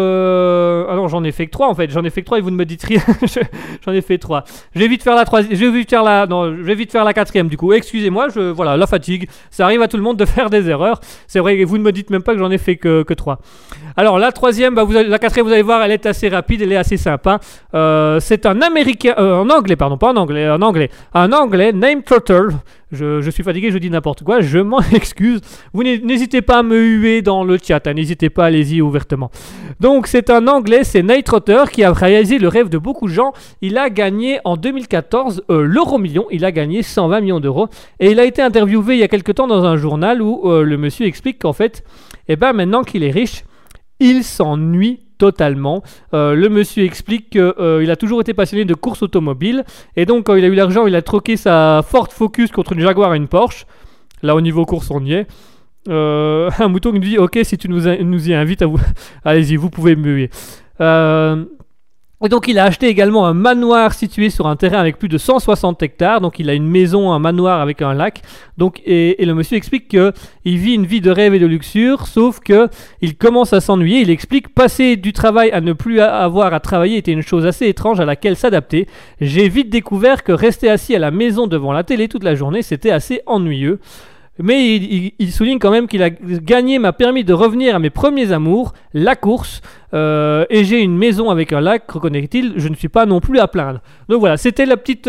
Ah non, j'en ai fait que 3 en fait. J'en ai fait que 3 et vous ne me dites rien. J'en ai fait 3. Je vais vite faire la 3e. Je vais vite faire la 4e du coup. Excusez-moi, voilà, la fatigue. Ça arrive à tout le monde de faire des erreurs. C'est vrai que vous ne me dites même pas que j'en ai fait que 3. Alors la 3e, la 4e, vous allez voir, elle est assez rapide, elle est assez sympa. C'est un Américain... un Anglais, pardon, pas un Anglais. Un Anglais, named Turtle. Je suis fatigué, je dis n'importe quoi, je m'en excuse. Vous n'hésitez pas à me huer dans le chat, hein, n'hésitez pas, allez-y ouvertement. Donc c'est un Anglais, c'est Nate Trotter qui a réalisé le rêve de beaucoup de gens. Il a gagné en 2014 l'euro million, il a gagné 120 millions d'euros. Et il a été interviewé il y a quelque temps dans un journal où le monsieur explique qu'en fait, maintenant qu'il est riche, il s'ennuie totalement. Le monsieur explique qu'il a toujours été passionné de course automobile et donc quand il a eu l'argent, il a troqué sa Ford Focus contre une Jaguar et une Porsche. Là au niveau course on y est. Un mouton qui nous dit ok, si tu nous y invites, allez-y, vous pouvez me huer. Et donc il a acheté également un manoir situé sur un terrain avec plus de 160 hectares. Donc il a une maison, un manoir avec un lac. Donc, et le monsieur explique qu'il vit une vie de rêve et de luxure, sauf qu'il commence à s'ennuyer. Il explique passer du travail à ne plus avoir à travailler était une chose assez étrange à laquelle s'adapter. J'ai vite découvert que rester assis à la maison devant la télé toute la journée, c'était assez ennuyeux. Mais il souligne quand même qu'il a gagné, m'a permis de revenir à mes premiers amours, la course, et j'ai une maison avec un lac, reconnaît-il, je ne suis pas non plus à plaindre. Donc voilà, c'était la petite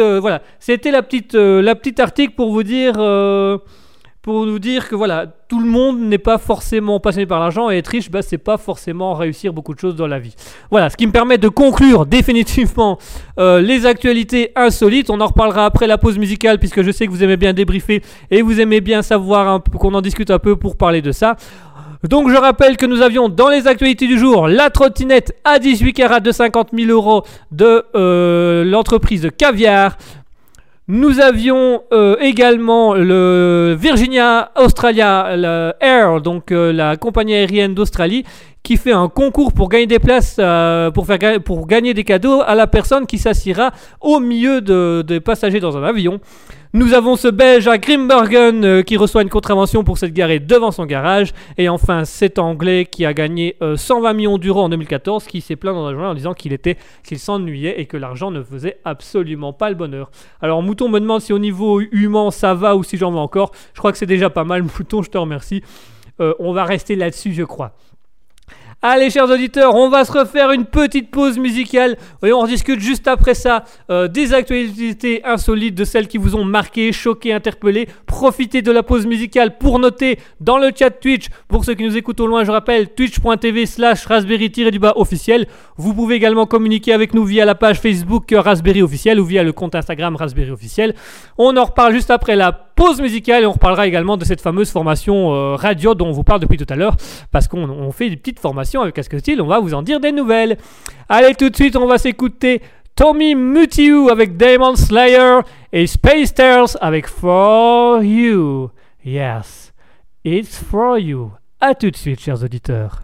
article pour vous dire, pour nous dire que voilà, tout le monde n'est pas forcément passionné par l'argent et être riche, c'est pas forcément réussir beaucoup de choses dans la vie. Voilà, ce qui me permet de conclure définitivement les actualités insolites. On en reparlera après la pause musicale puisque je sais que vous aimez bien débriefer et vous aimez bien savoir qu'on en discute un peu pour parler de ça. Donc je rappelle que nous avions dans les actualités du jour la trottinette à 18 carats de 50 000 euros de l'entreprise de Caviar. Nous avions également le Virginia Australia Air, donc la compagnie aérienne d'Australie, qui fait un concours pour gagner des places, pour gagner des cadeaux à la personne qui s'assiera au milieu des passagers dans un avion. Nous avons ce Belge à Grimbergen qui reçoit une contravention pour s'être garé devant son garage. Et enfin, cet Anglais qui a gagné 120 millions d'euros en 2014, qui s'est plaint dans un journal en disant qu'il s'ennuyait et que l'argent ne faisait absolument pas le bonheur. Alors, Mouton me demande si au niveau humain ça va ou si j'en veux encore. Je crois que c'est déjà pas mal, Mouton, je te remercie. On va rester là-dessus, je crois. Allez, chers auditeurs, on va se refaire une petite pause musicale et on discute juste après ça des actualités insolites, de celles qui vous ont marqué, choqué, interpellé. Profitez de la pause musicale pour noter dans le chat Twitch. Pour ceux qui nous écoutent au loin, je rappelle twitch.tv/raspberry-officiel. Vous pouvez également communiquer avec nous via la page Facebook Raspberry officiel ou via le compte Instagram Raspberry officiel. On en reparle juste après la pause musicale et on reparlera également de cette fameuse formation radio dont on vous parle depuis tout à l'heure parce qu'on fait des petites formations avec Asketil, on va vous en dire des nouvelles. Allez, tout de suite on va s'écouter Tommy Mutiu avec Demon Slayer et Space Tales avec For You. Yes, it's for you. A tout de suite, chers auditeurs.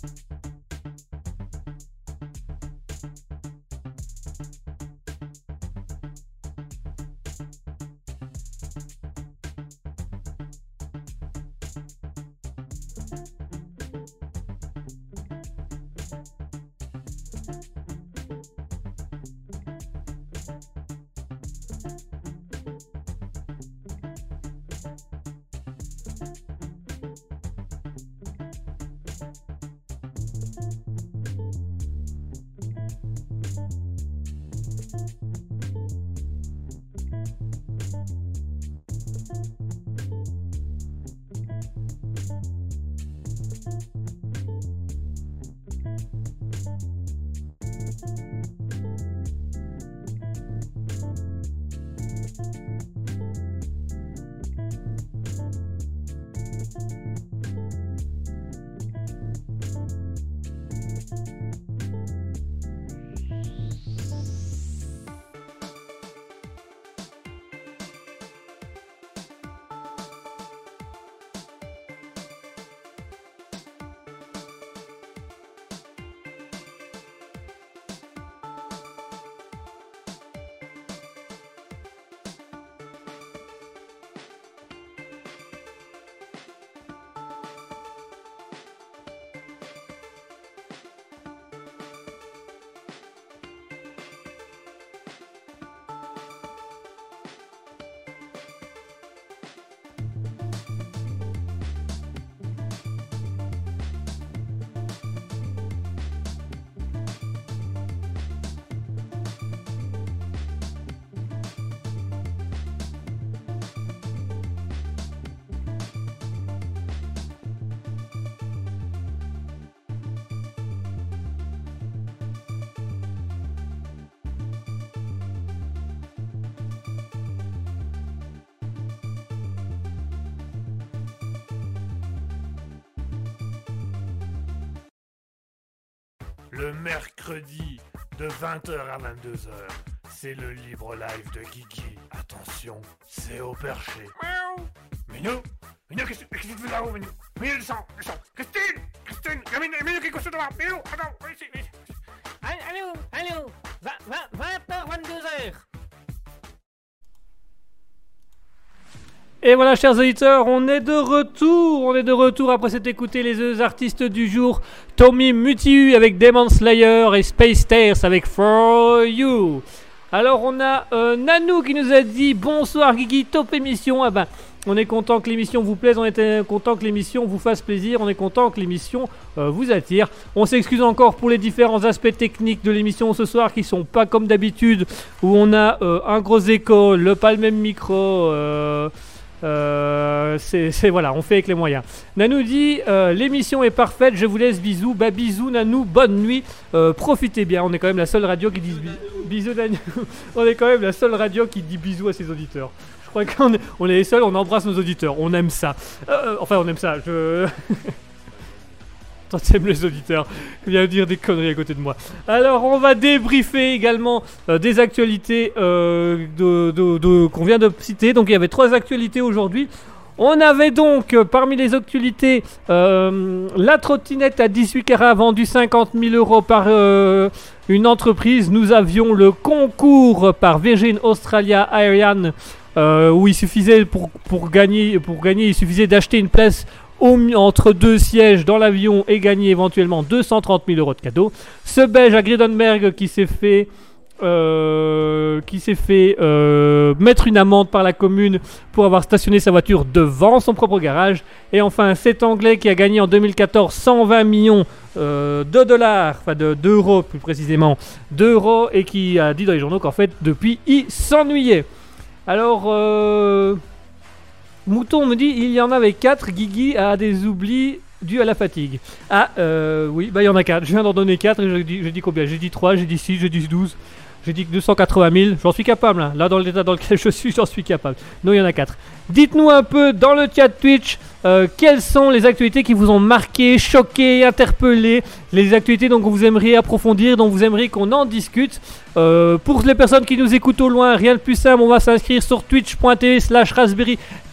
Le mercredi de 20h à 22h, c'est le libre live de Guigui. Attention, c'est au perché. Miaou. Minou, qu'est-ce que tu fais là-haut, Minou? Minou, descends. Christine, Minou, qui est couché devant. Minou, attends, viens ici. Allô 20h, 22h. Et voilà, chers auditeurs, on est de retour après s'être écouté les deux artistes du jour, Tommy Mutiu avec Demon Slayer et Space Stairs avec For You. Alors on a Nanou qui nous a dit bonsoir Guigui, top émission. Ah ben, on est content que l'émission vous plaise, on est content que l'émission vous fasse plaisir, on est content que l'émission vous attire. On s'excuse encore pour les différents aspects techniques de l'émission ce soir qui sont pas comme d'habitude, où on a un gros écho, pas le même micro. Voilà, on fait avec les moyens. Nanou dit l'émission est parfaite, je vous laisse bisous. Bah bisous Nanou, bonne nuit, profitez bien. On est quand même la seule radio qui dit bisous Nanou. On est quand même la seule radio qui dit bisous à ses auditeurs. Je crois qu'on est les seuls, on embrasse nos auditeurs, on aime ça. Enfin on aime ça, Toi t'aimes les auditeurs, il vient dire des conneries à côté de moi. Alors on va débriefer également des actualités qu'on vient de citer. Donc il y avait 3 actualités aujourd'hui. On avait donc parmi les actualités la trottinette à 18 carats vendue 50 000 € par une entreprise. Nous avions le concours par Virgin Australia Airlines où il suffisait pour gagner, il suffisait d'acheter une place entre 2 sièges dans l'avion et gagner éventuellement 230 000 € de cadeaux. Ce Belge à Griedenberg qui s'est fait mettre une amende par la commune pour avoir stationné sa voiture devant son propre garage. Et enfin cet Anglais qui a gagné en 2014 120 millions de dollars, enfin d'euros plus précisément, d'euros, et qui a dit dans les journaux qu'en fait depuis il s'ennuyait. Alors Mouton me dit il y en avait 4, Guigui a des oublis dus à la fatigue. Ah oui, bah il y en a 4, je viens d'en donner 4 et je dis combien? J'ai dit 3, j'ai dit 6, j'ai dit 12, j'ai dit 280 000, j'en suis capable hein. Là dans l'état dans lequel je suis, j'en suis capable. Non, il y en a 4. Dites-nous un peu dans le chat Twitch quelles sont les actualités qui vous ont marqué, choqué, interpellé, les actualités dont vous aimeriez approfondir, dont vous aimeriez qu'on en discute. Pour les personnes qui nous écoutent au loin, rien de plus simple, on va s'inscrire sur twitch.tv/raspberry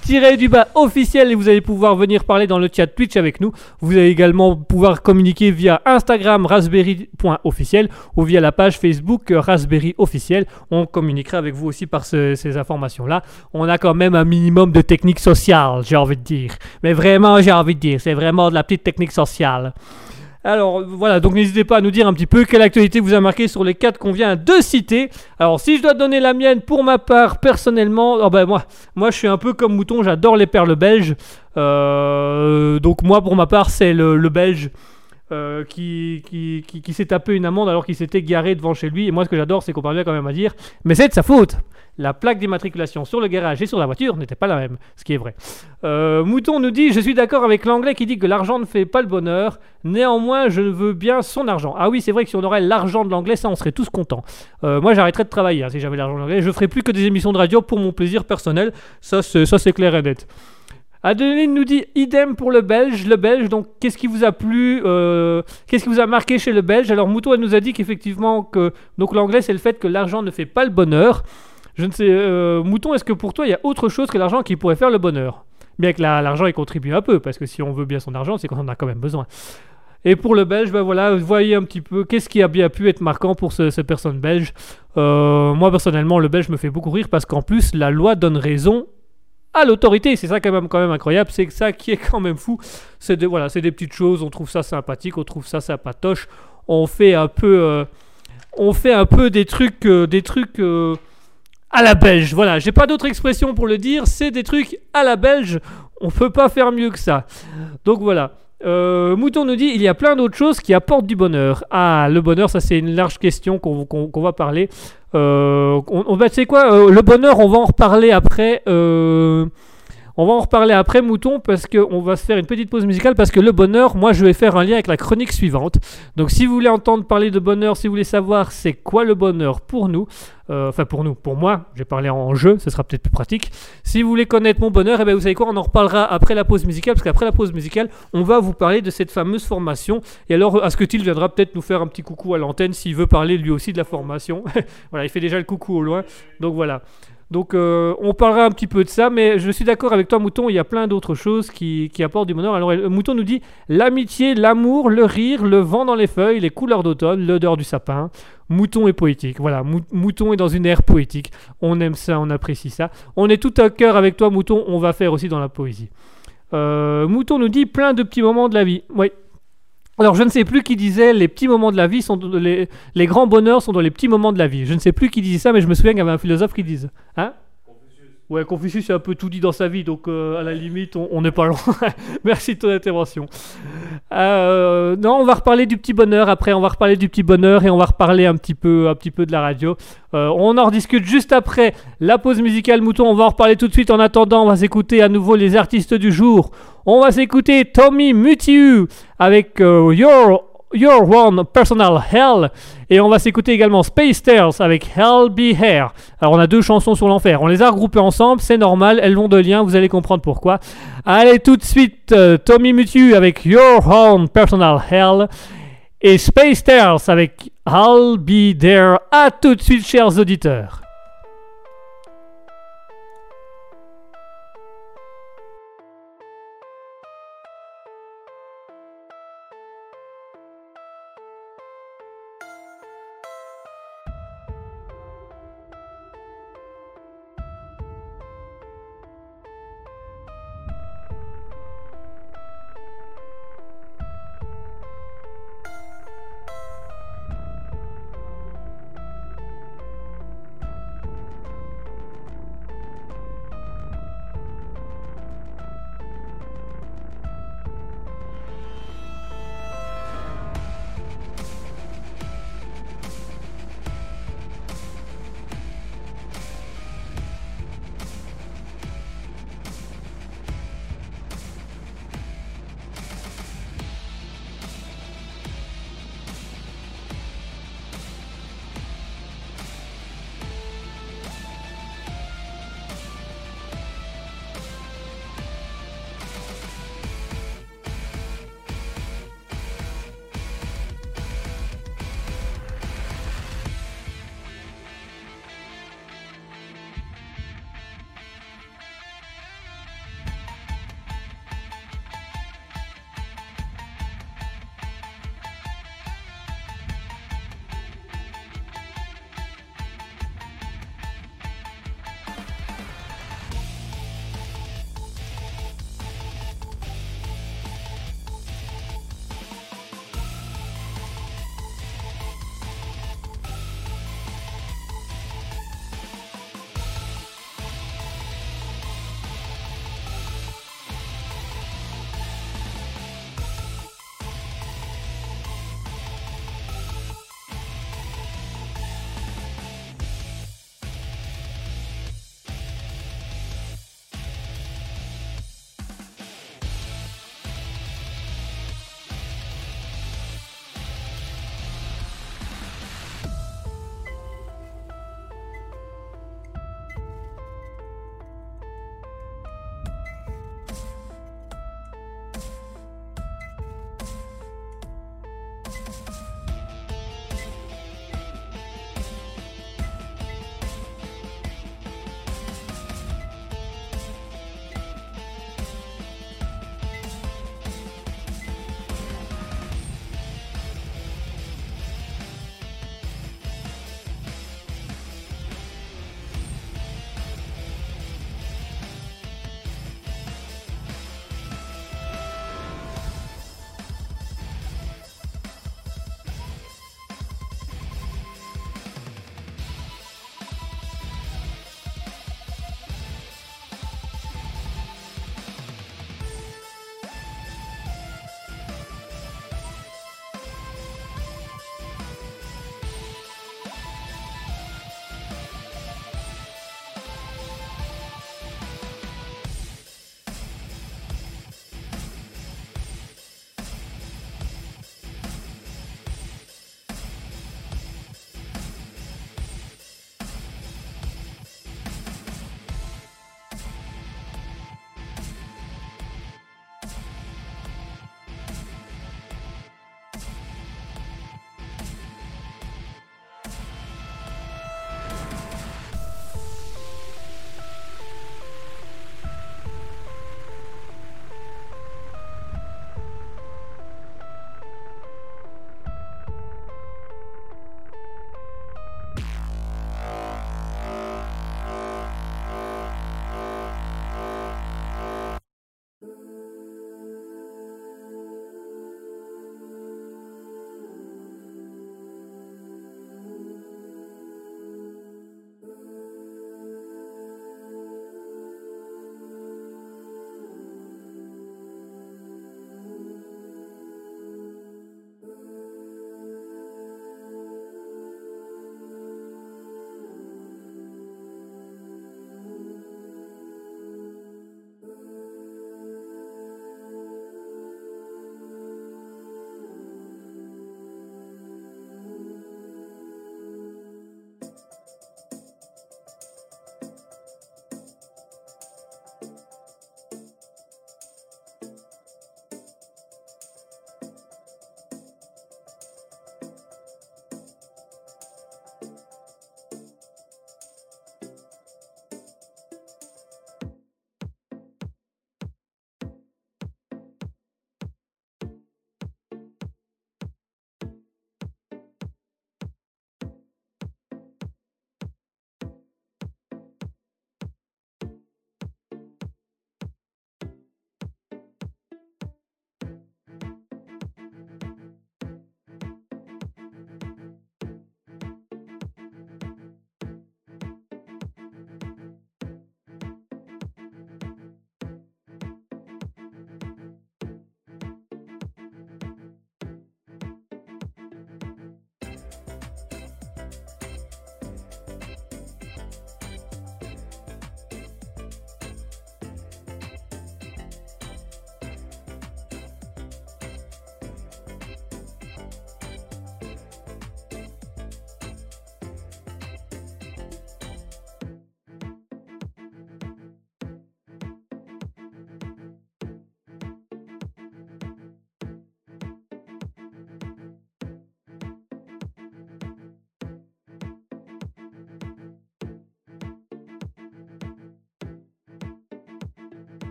__ officiel et vous allez pouvoir venir parler dans le chat Twitch avec nous. Vous allez également pouvoir communiquer via Instagram raspberry.officiel ou via la page Facebook Raspberry officiel. On communiquera avec vous aussi par ces informations-là. On a quand même un minimum de technique sociale, j'ai envie de dire. Mais vraiment, j'ai envie de dire, c'est vraiment de la petite technique sociale. Alors voilà, donc n'hésitez pas à nous dire un petit peu quelle actualité vous a marqué sur les 4 qu'on vient de citer. Alors si je dois donner la mienne pour ma part, personnellement, moi je suis un peu comme Mouton, j'adore les perles belges. Donc moi pour ma part c'est le belge qui s'est tapé une amende alors qu'il s'était garé devant chez lui. Et moi ce que j'adore c'est qu'on parvient quand même à dire « Mais c'est de sa faute !» La plaque d'immatriculation sur le garage et sur la voiture n'était pas la même, ce qui est vrai. Mouton nous dit « Je suis d'accord avec l'anglais qui dit que l'argent ne fait pas le bonheur. Néanmoins, je veux bien son argent. » Ah oui, c'est vrai que si on aurait l'argent de l'anglais, ça, on serait tous contents. Moi, j'arrêterais de travailler si j'avais l'argent de l'anglais. Je ferais plus que des émissions de radio pour mon plaisir personnel. Ça, c'est clair et net. Adeline nous dit idem pour le belge. Le belge, donc qu'est-ce qui vous a plu, qu'est-ce qui vous a marqué chez le belge? Alors Mouton, elle nous a dit qu'effectivement, donc l'anglais, c'est le fait que l'argent ne fait pas le bonheur. Je ne sais, Mouton, est-ce que pour toi, il y a autre chose que l'argent qui pourrait faire le bonheur? Bien que l'argent, il contribue un peu, parce que si on veut bien son argent, c'est qu'on en a quand même besoin. Et pour le belge, ben voilà, vous voyez un petit peu qu'est-ce qui a bien pu être marquant pour cette personne belge. Moi, personnellement, le belge me fait beaucoup rire, parce qu'en plus, la loi donne raison à l'autorité. C'est ça quand même incroyable, c'est que ça qui est quand même fou. C'est des petites choses, on trouve ça sympathique, on trouve ça sympatoche. On fait un peu des trucs à la belge, voilà, j'ai pas d'autre expression pour le dire, c'est des trucs à la belge, on peut pas faire mieux que ça. Donc voilà. Mouton nous dit il y a plein d'autres choses qui apportent du bonheur. Ah, le bonheur, ça c'est une large question qu'on va parler. Tu sais quoi, le bonheur, on va en reparler après. On va en reparler après, Mouton, parce qu'on va se faire une petite pause musicale, parce que le bonheur, moi, je vais faire un lien avec la chronique suivante. Donc, si vous voulez entendre parler de bonheur, si vous voulez savoir c'est quoi le bonheur pour nous, pour moi, j'ai parlé en jeu, ce sera peut-être plus pratique. Si vous voulez connaître mon bonheur, eh bien, vous savez quoi, on en reparlera après la pause musicale, parce qu'après la pause musicale, on va vous parler de cette fameuse formation. Et alors, Asketil viendra peut-être nous faire un petit coucou à l'antenne s'il veut parler lui aussi de la formation. Voilà, il fait déjà le coucou au loin. Donc voilà. Donc on parlera un petit peu de ça, mais je suis d'accord avec toi, Mouton, il y a plein d'autres choses qui apportent du bonheur. Alors Mouton nous dit l'amitié, l'amour, le rire, le vent dans les feuilles, les couleurs d'automne, l'odeur du sapin. Mouton est poétique, voilà, Mouton est dans une ère poétique. On aime ça, on apprécie ça. On est tout à cœur avec toi, Mouton, on va faire aussi dans la poésie. Mouton nous dit plein de petits moments de la vie. Oui. Alors je ne sais plus qui disait les petits moments de la vie sont les grands bonheurs sont dans les petits moments de la vie. Je ne sais plus qui disait ça, mais je me souviens qu'il y avait un philosophe qui disait. Hein? Ouais, Confucius a un peu tout dit dans sa vie, donc à la limite, on n'est pas loin. Merci de ton intervention. Non, on va reparler du petit bonheur après, on va reparler du petit bonheur et on va reparler un petit peu de la radio. On en rediscute juste après la pause musicale, Mouton, on va en reparler tout de suite. En attendant, on va s'écouter à nouveau les artistes du jour. On va s'écouter Tommy Mutiu avec Your One Personal Hell. Et on va s'écouter également Space Stairs avec Hell Be Here. Alors on a 2 chansons sur l'enfer. On les a regroupées ensemble, c'est normal, elles vont de lien, vous allez comprendre pourquoi. Allez tout de suite, Tommy Mutiu avec Your Own Personal Hell. Et Space Stairs avec I'll Be There. À tout de suite, chers auditeurs.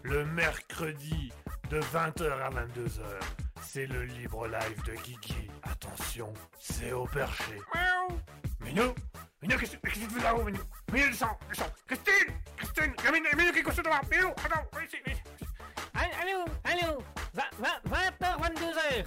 le mercredi de 20h à 22h. C'est le libre live de Guigui. Attention, c'est au perché. Minou, qu'est-ce que tu fais là-haut, Minou? Minou, descends. Christine, Minou, qui est couché devant? Minou, attends, viens ici. Allô 20h, 22h.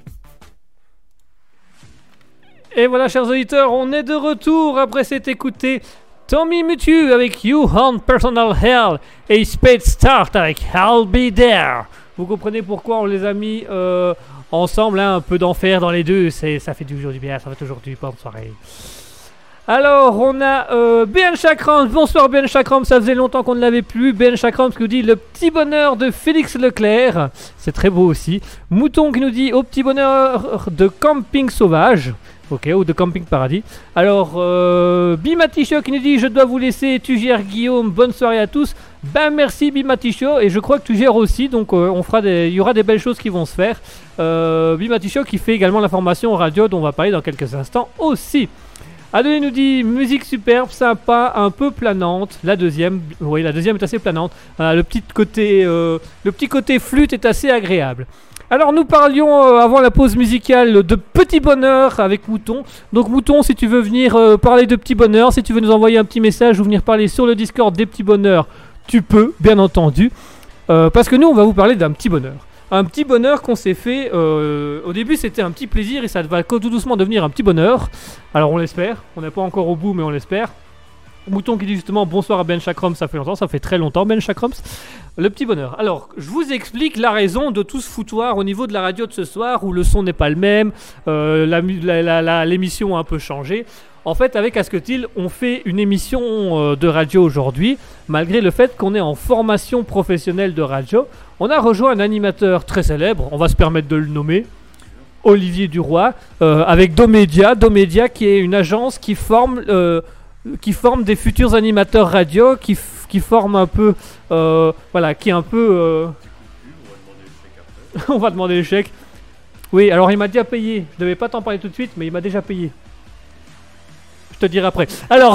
Et voilà, chers auditeurs, on est de retour après s'être écouté Tommy Mutu avec You Hunt Personal Hell et Spade Start avec I'll Be There. Vous comprenez pourquoi on les a mis ensemble, hein, un peu d'enfer dans les deux, ça fait toujours du bien, ça fait toujours du bonne soirée. Alors, on a BN Chakrams. Bonsoir BN Chakrams, ça faisait longtemps qu'on ne l'avait plus. BN Chakrams qui nous dit le petit bonheur de Félix Leclerc. C'est très beau aussi. Mouton qui nous dit au petit bonheur de Camping Sauvage. Ok, ou de Camping Paradis. Alors, Bimaticho qui nous dit je dois vous laisser, tu gères Guillaume, bonne soirée à tous. Ben merci Bimaticho, et je crois que tu gères aussi, donc il y aura des belles choses qui vont se faire. Bimaticho qui fait également l'information radio dont on va parler dans quelques instants aussi. Adeline nous dit musique superbe, sympa, un peu planante. La deuxième est assez planante. Le petit côté flûte est assez agréable. Alors nous parlions avant la pause musicale de Petit Bonheur avec Mouton. Donc Mouton, si tu veux venir parler de Petit Bonheur, si tu veux nous envoyer un petit message ou venir parler sur le Discord des Petits Bonheurs, tu peux, bien entendu. Parce que nous, on va vous parler d'un petit bonheur. Un petit bonheur qu'on s'est fait, au début c'était un petit plaisir et ça va tout doucement devenir un petit bonheur. Alors on l'espère, on n'est pas encore au bout mais on l'espère. Mouton qui dit justement bonsoir à Ben Chakrams, ça fait longtemps, ça fait très longtemps Ben Chakrams. Le petit bonheur. Alors je vous explique la raison de tout ce foutoir au niveau de la radio de ce soir où le son n'est pas le même, l'émission a un peu changé. En fait, avec Asketil, on fait une émission de radio aujourd'hui, malgré le fait qu'on est en formation professionnelle de radio. On a rejoint un animateur très célèbre, on va se permettre de le nommer, Olivier Duroy, avec Domédia. Domédia qui est une agence qui forme des futurs animateurs radio, qui forme un peu, qui est un peu... On va demander le chèque. Oui, alors il m'a déjà payé, je devais pas t'en parler tout de suite, mais il m'a déjà payé. Je te dirai après. Alors,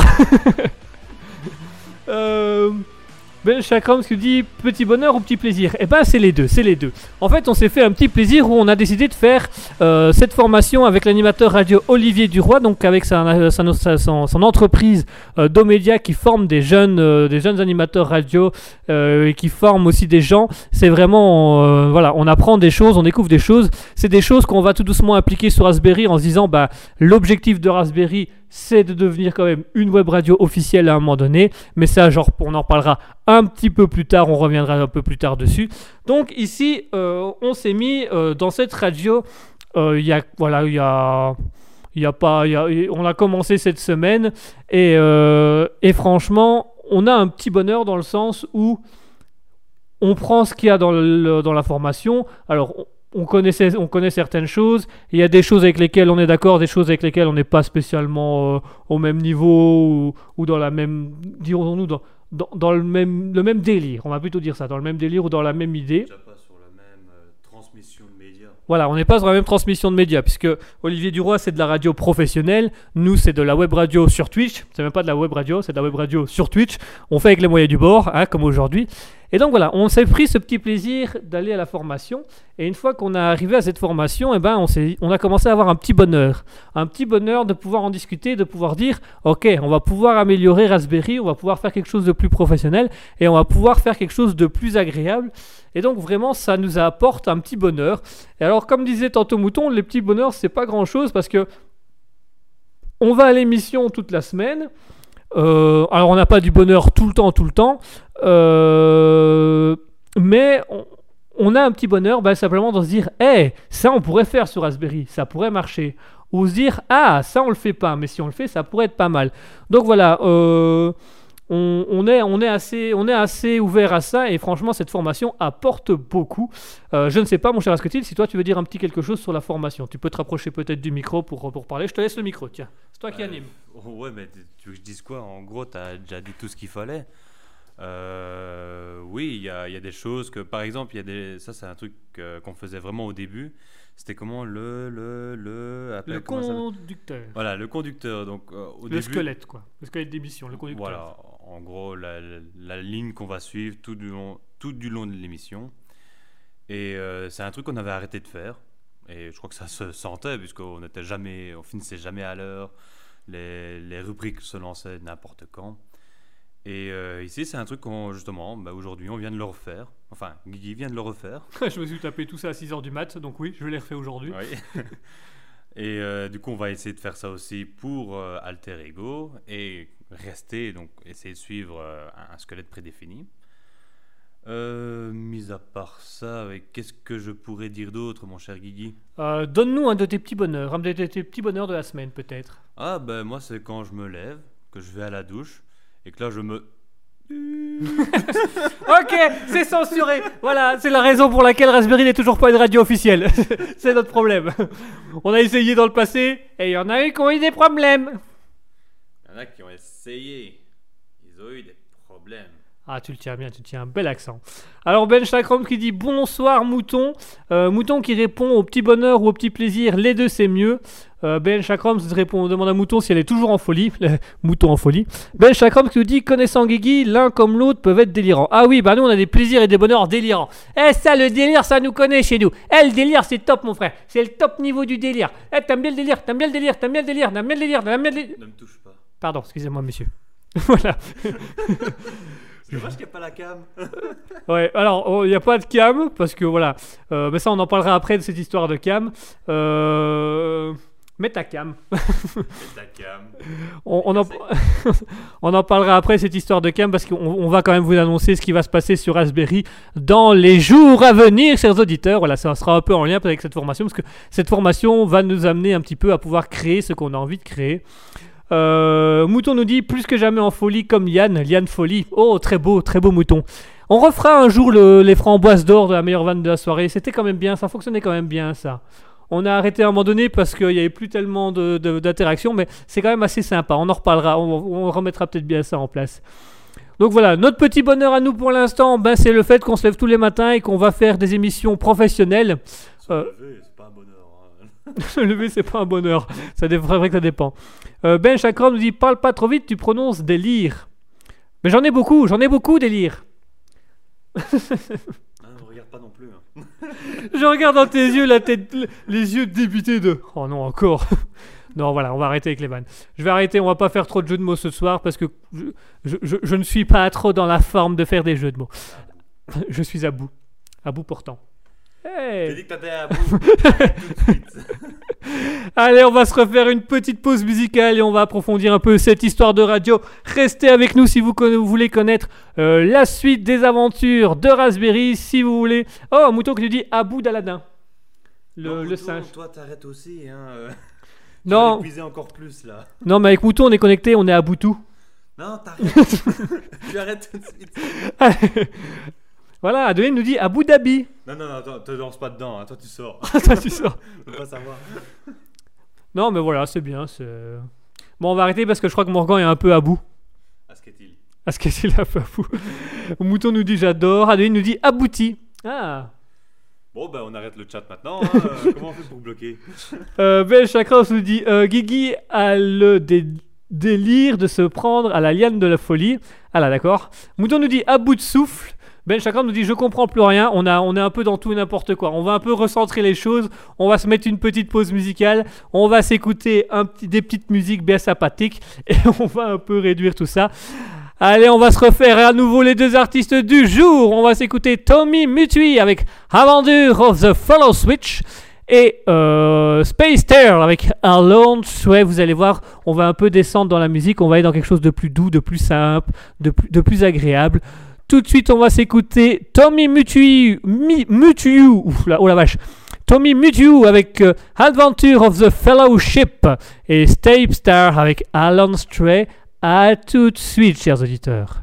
Ben Chakrams qui dit petit bonheur ou petit plaisir. Eh ben c'est les deux. En fait, on s'est fait un petit plaisir où on a décidé de faire cette formation avec l'animateur radio Olivier Duroy, donc avec son entreprise Domédia qui forme des jeunes animateurs radio et qui forme aussi des gens. C'est vraiment, on apprend des choses, on découvre des choses. C'est des choses qu'on va tout doucement appliquer sur Raspberry en se disant, l'objectif de Raspberry, c'est de devenir quand même une web radio officielle à un moment donné, mais ça, on en parlera un petit peu plus tard, on reviendra un peu plus tard dessus. Donc ici, on s'est mis dans cette radio, on a commencé cette semaine, et franchement, on a un petit bonheur dans le sens où on prend ce qu'il y a dans la formation. Alors, on connaît certaines choses, il y a des choses avec lesquelles on est d'accord, des choses avec lesquelles on n'est pas spécialement au même niveau ou dans la même, dirons-nous, dans le même délire, on va plutôt dire ça, dans le même délire ou dans la même idée. Déjà pas sur la même transmission de médias. Voilà, on n'est pas sur la même transmission de médias, puisque Olivier Duroy c'est de la radio professionnelle, nous c'est de la web radio sur Twitch, c'est même pas de la web radio, c'est de la web radio sur Twitch, on fait avec les moyens du bord, comme aujourd'hui. Et donc voilà, on s'est pris ce petit plaisir d'aller à la formation, et une fois qu'on est arrivé à cette formation, on a commencé à avoir un petit bonheur de pouvoir en discuter, de pouvoir dire, ok, on va pouvoir améliorer Raspberry, on va pouvoir faire quelque chose de plus professionnel, et on va pouvoir faire quelque chose de plus agréable, et donc vraiment ça nous apporte un petit bonheur. Et alors comme disait tantôt Mouton, les petits bonheurs c'est pas grand chose, parce que on va à l'émission toute la semaine. Alors on n'a pas du bonheur tout le temps, mais on a un petit bonheur simplement de se dire ça on pourrait faire sur Raspberry, ça pourrait marcher, ou se dire ça on le fait pas, mais si on le fait ça pourrait être pas mal. Donc voilà, on est assez ouvert à ça, et franchement cette formation apporte beaucoup. Je ne sais pas mon cher Asketil, si toi tu veux dire un petit quelque chose sur la formation, tu peux te rapprocher peut-être du micro pour parler. Je te laisse le micro, tiens, c'est toi qui anime. Ouais, mais tu veux que je dise quoi? En gros t'as déjà dit tout ce qu'il fallait. Oui, il y a des choses que, par exemple, ça c'est un truc qu'on faisait vraiment au début. C'était comment le conducteur. Voilà, le conducteur. Donc au début, squelette quoi, le squelette d'émission, le conducteur. Voilà, en gros la ligne qu'on va suivre tout du long tout du long de l'émission. Et c'est un truc qu'on avait arrêté de faire. Et je crois que ça se sentait, puisqu'on on finissait jamais à l'heure. Les rubriques se lançaient n'importe quand. Et ici, c'est un truc qu'on, justement, aujourd'hui, on vient de le refaire. Enfin, Guigui vient de le refaire. Je me suis tapé tout ça à 6h du mat, donc oui, je l'ai refait aujourd'hui. Oui. Et du coup, on va essayer de faire ça aussi pour Alter Ego et rester, donc essayer de suivre un squelette prédéfini. Mis à part ça, qu'est-ce que je pourrais dire d'autre, mon cher Guigui? Donne-nous un de tes petits bonheurs, un de tes petits bonheurs de la semaine peut-être. Ah, moi, c'est quand je me lève, que je vais à la douche et que là, je me... Ok, c'est censuré. Voilà, c'est la raison pour laquelle Raspberry n'est toujours pas une radio officielle. C'est notre problème. On a essayé dans le passé et il y en a eu qui ont eu des problèmes. Il y en a qui ont essayé. Ils ont eu des problèmes. Ah, tu le tiens bien, tu tiens un bel accent. Alors Ben Chakram qui dit bonsoir Mouton. Mouton qui répond au petit bonheur ou au petit plaisir, les deux c'est mieux. Ben Chakram demande à Mouton si elle est toujours en folie. Mouton en folie. Ben Chakram qui nous dit connaissant Guigui, l'un comme l'autre peuvent être délirants. Ah oui, nous on a des plaisirs et des bonheurs délirants. Ça le délire ça nous connaît chez nous. Le délire c'est top mon frère. C'est le top niveau du délire. T'aimes bien le délire, t'aimes bien le délire, t'aimes bien le délire, t'aimes bien le délire, t'aimes bien le délire. Ne me touche pas. Pardon, excusez-moi monsieur. Voilà. C'est dommage qu'il n'y a pas la cam. Ouais, alors il n'y a pas de cam parce que voilà, mais ça on en parlera après de cette histoire de cam. Mets ta cam. Ta cam. On en parlera après cette histoire de cam parce qu'on va quand même vous annoncer ce qui va se passer sur Raspberry dans les jours à venir, chers auditeurs. Voilà, ça sera un peu en lien avec cette formation parce que cette formation va nous amener un petit peu à pouvoir créer ce qu'on a envie de créer. Mouton nous dit plus que jamais en folie comme Liane Folie. Oh, très beau Mouton. On refera un jour les framboises d'or de la meilleure vanne de la soirée. C'était quand même bien, ça fonctionnait quand même bien ça. On a arrêté à un moment donné parce qu'il n'y avait plus tellement d'interaction, mais c'est quand même assez sympa. On en reparlera, on remettra peut-être bien ça en place. Donc voilà, notre petit bonheur à nous pour l'instant, c'est le fait qu'on se lève tous les matins et qu'on va faire des émissions professionnelles. C'est pas un bonheur. Se lever, c'est pas un bonheur. C'est vrai que ça dépend. Ben Chakram nous dit parle pas trop vite, tu prononces délire. Mais j'en ai beaucoup délire. Ne regarde pas non plus. Je regarde dans tes yeux la tête, les yeux débutés de. Oh non, encore. Non, voilà, on va arrêter avec les vannes. Je vais arrêter, on va pas faire trop de jeux de mots ce soir parce que je ne suis pas trop dans la forme de faire des jeux de mots. Je suis à bout portant. Hey. J'ai dit que t'étais à bout. Tout de suite. Allez, on va se refaire une petite pause musicale et on va approfondir un peu cette histoire de radio. Restez avec nous si vous voulez connaître la suite des aventures de Raspberry, si vous voulez. Oh, un mouton qui nous dit à bout d'Aladin. Le singe. Toi, t'arrêtes aussi. Non. Tu vas l'épuiser encore plus là. Non, mais avec Mouton, on est connecté, on est à bout tout. Non, t'arrêtes. Tu arrêtes tout de suite. Voilà, Adeline nous dit Abu Dhabi. Non, attends, te lance pas dedans, toi tu sors. Toi tu sors. Je veux pas savoir. Non, mais voilà, c'est bien. Bon, on va arrêter parce que je crois que Morgan est un peu à bout. Est-ce qu'il est un peu à bout? Mouton nous dit j'adore. Adeline nous dit abouti. Ah. Bon, on arrête le chat maintenant. Comment on fait pour bloquer? Ben Chakra nous dit Guigui a le délire de se prendre à la liane de la folie. Ah là, d'accord. Mouton nous dit à bout de souffle. Ben Chakra nous dit je comprends plus rien, on est un peu dans tout et n'importe quoi, on va un peu recentrer les choses, on va se mettre une petite pause musicale, on va s'écouter des petites musiques bien sympathiques et on va un peu réduire tout ça. Allez, on va se refaire à nouveau les deux artistes du jour, on va s'écouter Tommy Mutui avec Aventure of the Follow Switch et Space Tail avec Alone Sway. Vous allez voir, on va un peu descendre dans la musique, on va aller dans quelque chose de plus doux, de plus simple, de plus agréable. Tout de suite, on va s'écouter Tommy Mutui, oh la vache, Tommy Mutui avec Adventure of the Fellowship et Stave Star avec Alan Stray. À tout de suite, chers auditeurs.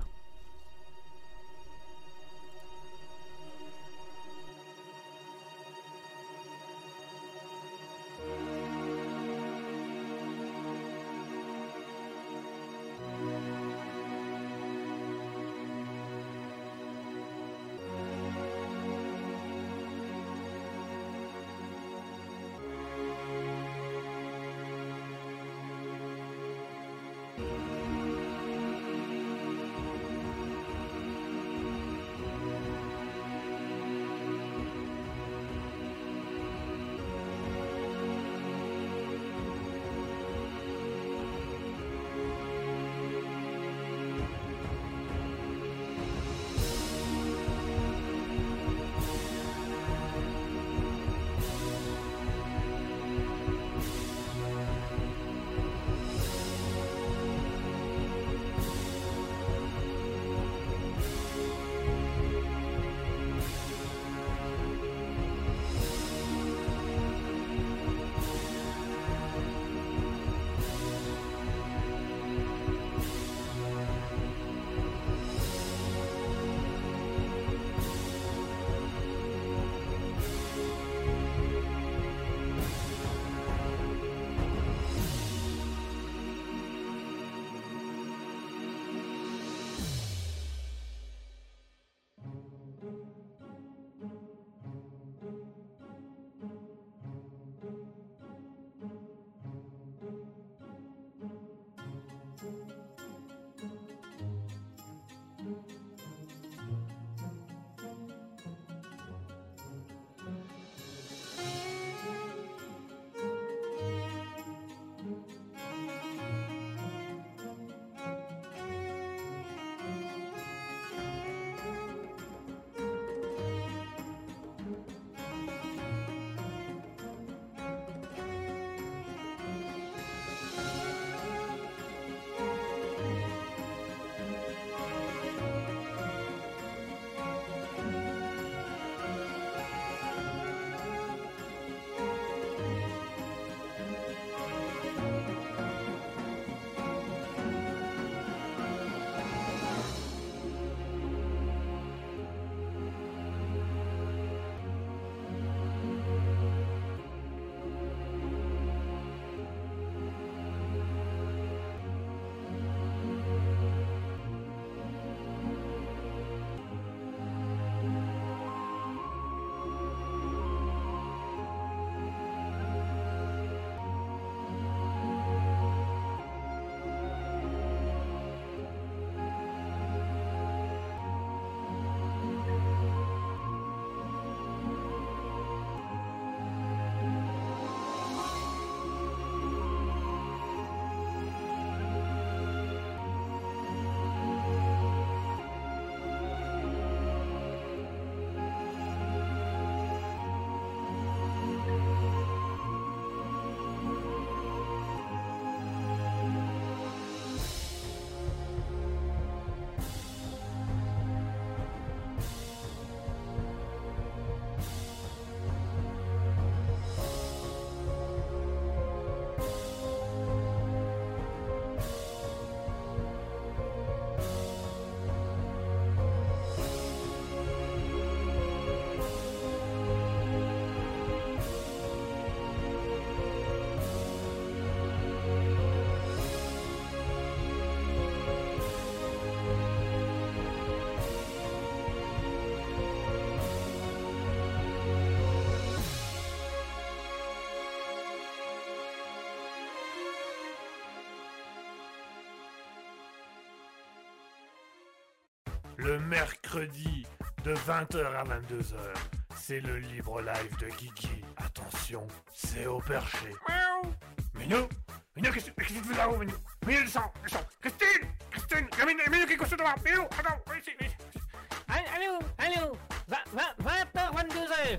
le mercredi de 20h à 22h. C'est le libre live de Guigui. Attention, c'est au perché. Miaou. Minou, qu'est-ce que tu fais là-haut, Minou? Minou, descends. Christine, Minou, qui est couché devant. Minou, attends, ici. Allô 20h, 22h.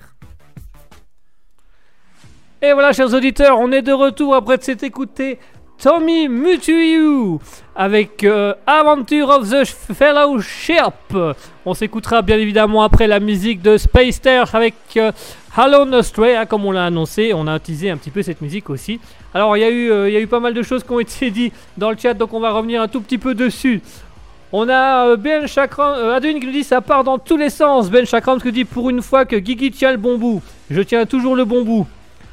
Et voilà, chers auditeurs, on est de retour après s'être écouté Tommy Mutuyu avec Adventure of the Fellowship. On s'écoutera bien évidemment après la musique de Space Stars avec Hello Nostray, hein, comme on l'a annoncé. On a teasé un petit peu cette musique aussi. Alors, il y a eu pas mal de choses qui ont été dites dans le chat, donc on va revenir un tout petit peu dessus. On a Ben Chakram, Adwin qui nous dit ça part dans tous les sens. Ben Chakram qui nous dit pour une fois que Guigui tient le bon bout. Je tiens toujours le bon bout.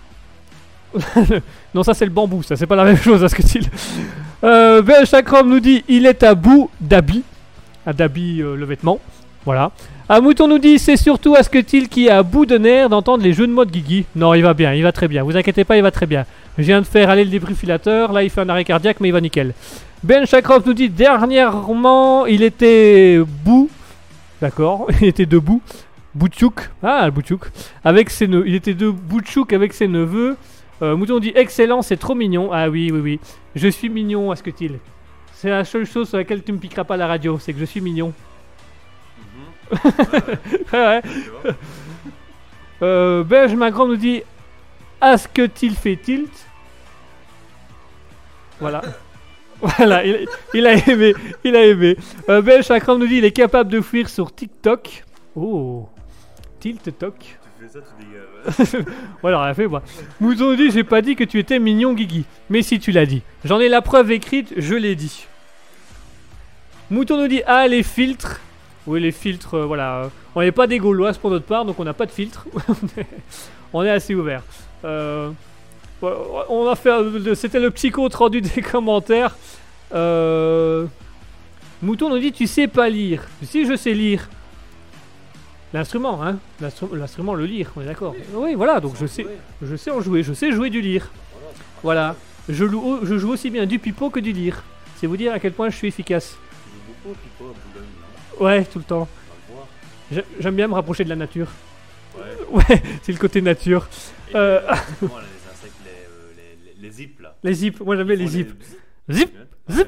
Non, ça c'est le bambou, ça c'est pas la même chose à ce que tu. Ben Chakram nous dit il est à bout d'habits. À d'habits le vêtement. Voilà. Mouton nous dit c'est surtout Asketil qui est à bout de nerfs d'entendre les jeux de mots de Guigui. Non, il va bien, il va très bien. Vous inquiétez pas, il va très bien. Je viens de faire aller le débrifilateur. Là, il fait un arrêt cardiaque, mais il va nickel. Ben Chakram nous dit dernièrement il était bout. D'accord, il était debout. Boutchouk. Ah, le Boutchouk. Avec ses neveux. Il était de Boutchouk avec ses neveux. Mouton dit excellent, c'est trop mignon. Ah oui. Je suis mignon, Asketil. C'est la seule chose sur laquelle tu me piqueras pas la radio, c'est que je suis mignon. Ouais. Belge Macron nous dit Asketil fait tilt. Voilà. Voilà, il a aimé. Belge Macron nous dit il est capable de fuir sur TikTok. Oh, tilt toc. Tu fais ça, tu dégages. Voilà, on l'a fait moi. Mouton nous dit j'ai pas dit que tu étais mignon Guigui. Mais si tu l'as dit. J'en ai la preuve écrite, je l'ai dit. Mouton nous dit ah les filtres. Oui les filtres, voilà. On n'est pas des Gauloises pour notre part, donc on n'a pas de filtre. On est assez ouvert. On a fait, c'était le petit compte rendu des commentaires. Mouton nous dit tu sais pas lire. Si je sais lire. L'instrument, hein. L'instrument, le lire, on est d'accord. Oui, voilà, donc je sais en jouer, je sais jouer du lire. Voilà. Je joue aussi bien du pipeau que du lire. C'est vous dire à quel point je suis efficace. Ouais, tout le temps. J'aime bien me rapprocher de la nature. Ouais, c'est le côté nature. Les insectes, les zips là. Les zips, moi j'aime bien les zips. Zip. Zip.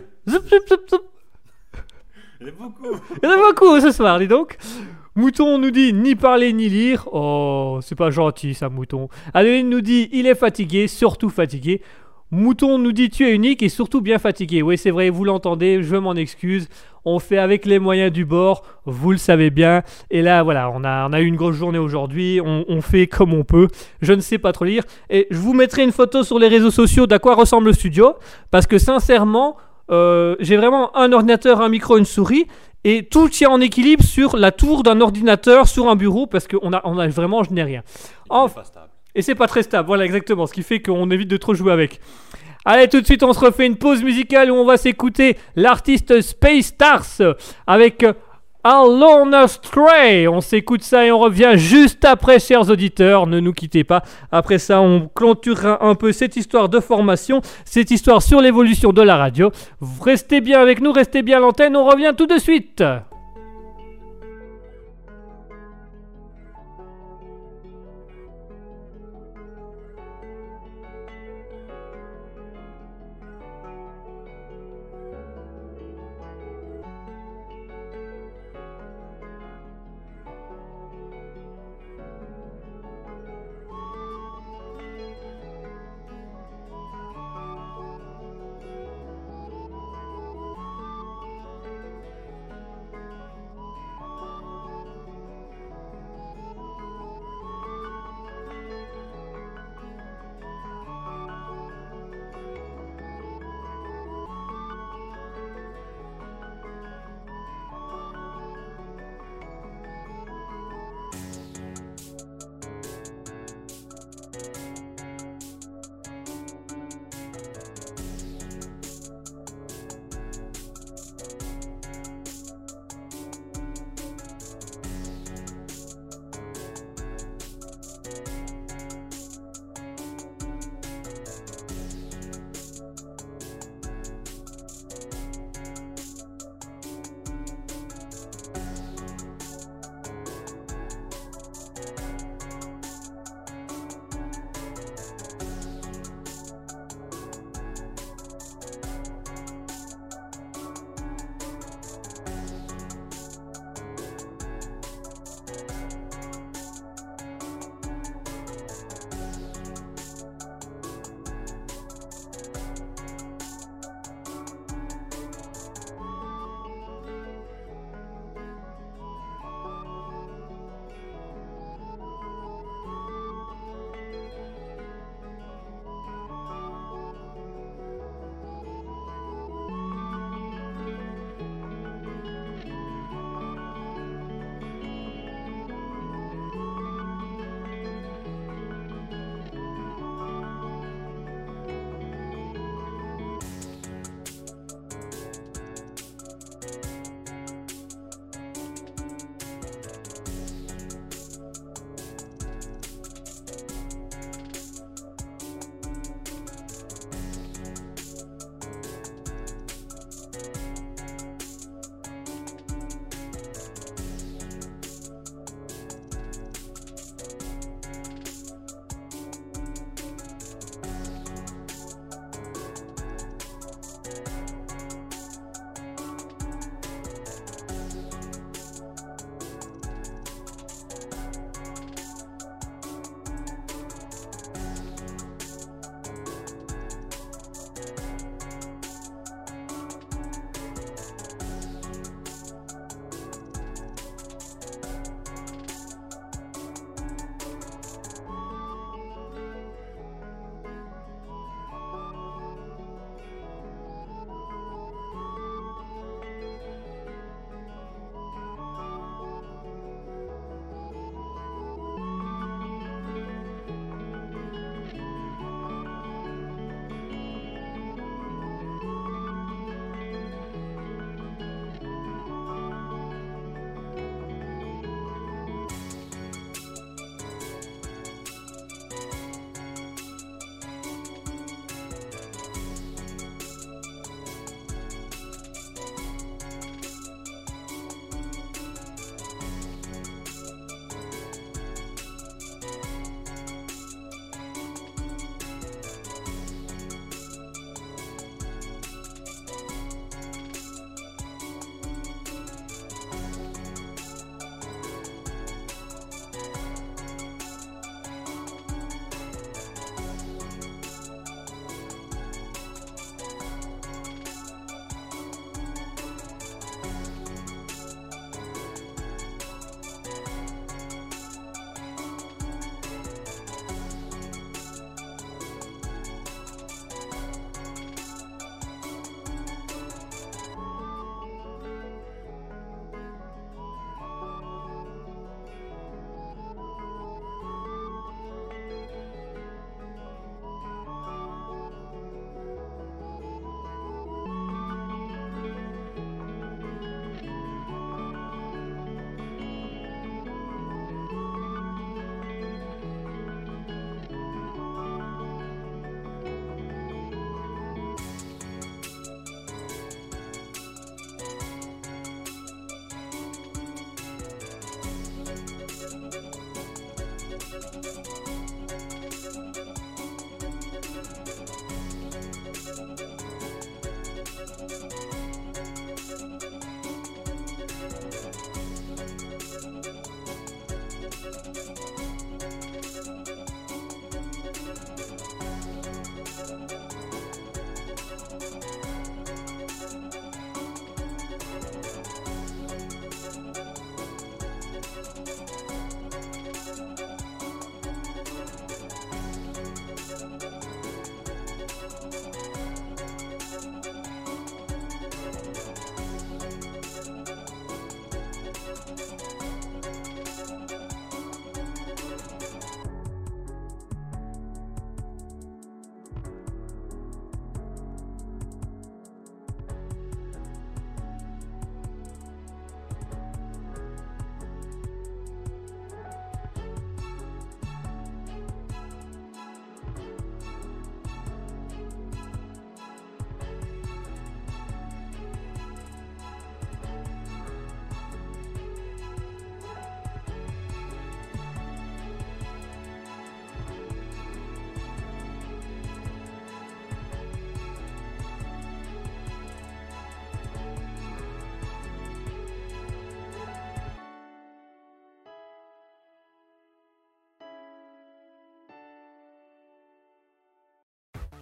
Il y en a beaucoup. Il y en a beaucoup ce soir, dis donc. Mouton nous dit ni parler ni lire. Oh, c'est pas gentil ça, Mouton. Adeline nous dit il est fatigué, surtout fatigué. Mouton nous dit tu es unique et surtout bien fatigué. Oui, c'est vrai, vous l'entendez, je m'en excuse. On fait avec les moyens du bord, vous le savez bien. Et là, voilà, on a eu une grosse journée aujourd'hui. On fait comme on peut. Je ne sais pas trop lire. Et je vous mettrai une photo sur les réseaux sociaux d'à quoi ressemble le studio. Parce que sincèrement, j'ai vraiment un ordinateur, un micro, une souris. Et tout tient en équilibre sur la tour d'un ordinateur, sur un bureau. Parce qu'on a vraiment, je n'ai rien. Et c'est pas très stable, voilà exactement, ce qui fait qu'on évite de trop jouer avec. Allez, tout de suite, on se refait une pause musicale où on va s'écouter l'artiste Space Stars avec Alone Astray. On s'écoute ça et on revient juste après, chers auditeurs, ne nous quittez pas. Après ça, on clôturera un peu cette histoire de formation, cette histoire sur l'évolution de la radio. Restez bien avec nous, restez bien à l'antenne, on revient tout de suite.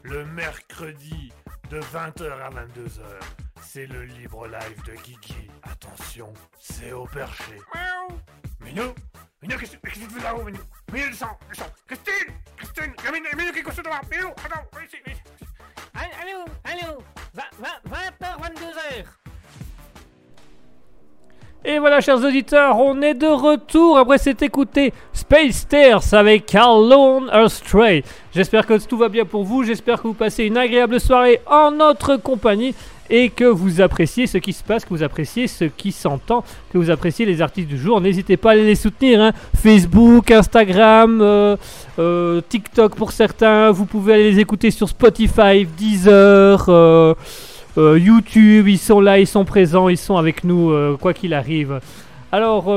le mercredi de 20h à 22h. C'est le libre live de Guigui. Attention, c'est au perché. Miaou. Minou, qu'est-ce que tu fais là-haut, Minou? Minou, descends. Christine, il y a Minou qui est couché devant. Minou, attends, viens ici. Allô 20h, 22h. Et voilà, chers auditeurs, on est de retour après s'être écouté Space Stairs avec Alone Astray. J'espère que tout va bien pour vous, j'espère que vous passez une agréable soirée en notre compagnie et que vous appréciez ce qui se passe, que vous appréciez ce qui s'entend, que vous appréciez les artistes du jour. N'hésitez pas à aller les soutenir, hein. Facebook, Instagram, TikTok pour certains. Vous pouvez aller les écouter sur Spotify, Deezer, YouTube. Ils sont là, ils sont présents, ils sont avec nous, quoi qu'il arrive. Alors,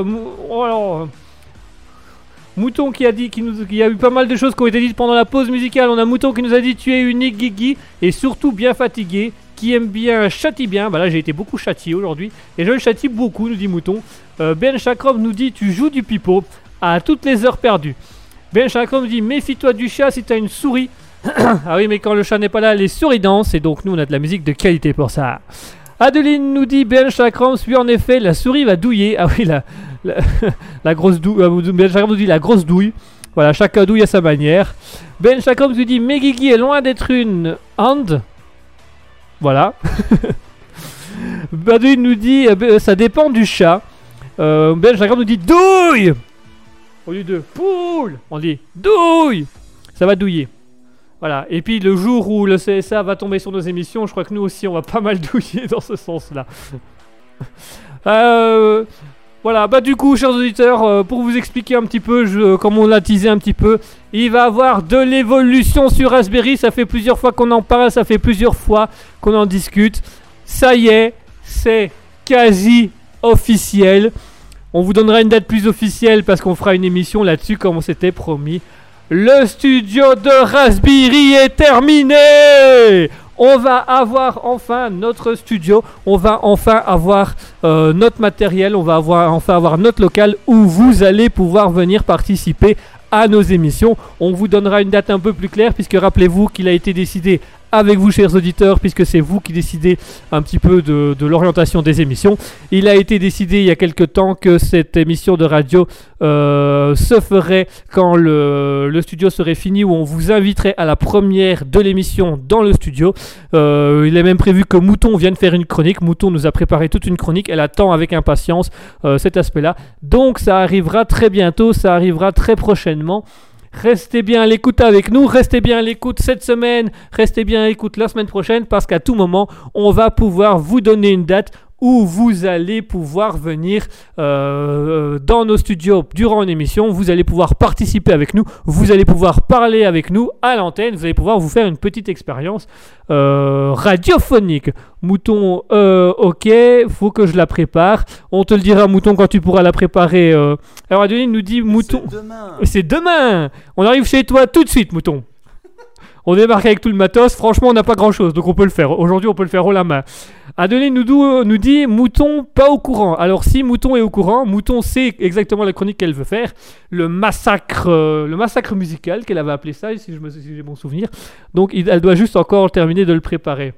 Mouton qui a dit qu'il y a eu pas mal de choses qui ont été dites pendant la pause musicale. On a Mouton qui nous a dit tu es unique Guigui et surtout bien fatigué, qui aime bien châtie bien. Bah là j'ai été beaucoup châtié aujourd'hui et je le châtie beaucoup, nous dit Mouton. Ben Chakrov nous dit tu joues du pipeau à toutes les heures perdues. Ben Chakrov nous dit méfie-toi du chat si t'as une souris. Ah oui mais quand le chat n'est pas là les souris dansent et donc nous on a de la musique de qualité pour ça. Adeline nous dit Ben Chakrams, oui en effet la souris va douiller. Ah oui la grosse douille. Ben Chakrams nous dit la grosse douille. Voilà, chacun douille à sa manière. Ben Chakrams nous dit mais Guigui est loin d'être une hand. Voilà. Adeline nous dit ça dépend du chat. Ben Chakrams nous dit douille. Au lieu de poule, on dit douille. Ça va douiller. Voilà, et puis le jour où le CSA va tomber sur nos émissions, je crois que nous aussi on va pas mal douiller dans ce sens-là. Voilà, bah du coup, chers auditeurs, pour vous expliquer un petit peu, comme on l'a teasé un petit peu, il va y avoir de l'évolution sur Raspberry. Ça fait plusieurs fois qu'on en parle, ça fait plusieurs fois qu'on en discute. Ça y est, c'est quasi officiel. On vous donnera une date plus officielle parce qu'on fera une émission là-dessus comme on s'était promis. Le studio de Raspberry est terminé. On va avoir enfin notre studio, on va enfin avoir notre matériel, on va enfin avoir notre local où vous allez pouvoir venir participer à nos émissions. On vous donnera une date un peu plus claire puisque rappelez-vous qu'il a été décidé avec vous chers auditeurs puisque c'est vous qui décidez un petit peu de l'orientation des émissions. Il a été décidé il y a quelque temps que cette émission de radio se ferait quand le studio serait fini, où on vous inviterait à la première de l'émission dans le studio. Il est même prévu que Mouton vienne faire une chronique. Mouton nous a préparé toute une chronique, elle attend avec impatience cet aspect-là. Donc ça arrivera très bientôt, ça arrivera très prochainement. Restez bien à l'écoute avec nous, restez bien à l'écoute cette semaine, restez bien à l'écoute la semaine prochaine parce qu'à tout moment, on va pouvoir vous donner une date où vous allez pouvoir venir dans nos studios durant une émission, vous allez pouvoir participer avec nous, vous allez pouvoir parler avec nous à l'antenne, vous allez pouvoir vous faire une petite expérience radiophonique. Mouton, ok, faut que je la prépare. On te le dira, Mouton, quand tu pourras la préparer. Alors Adeline nous dit, Mouton... C'est demain. C'est demain. On arrive chez toi tout de suite, Mouton. On débarque avec tout le matos, franchement on n'a pas grand chose, donc on peut le faire. Aujourd'hui on peut le faire haut la main. Adeline nous dit Mouton pas au courant. Alors si Mouton est au courant, Mouton sait exactement la chronique qu'elle veut faire. Le massacre musical qu'elle avait appelé ça, si j'ai bon souvenir. Donc elle doit juste encore terminer de le préparer.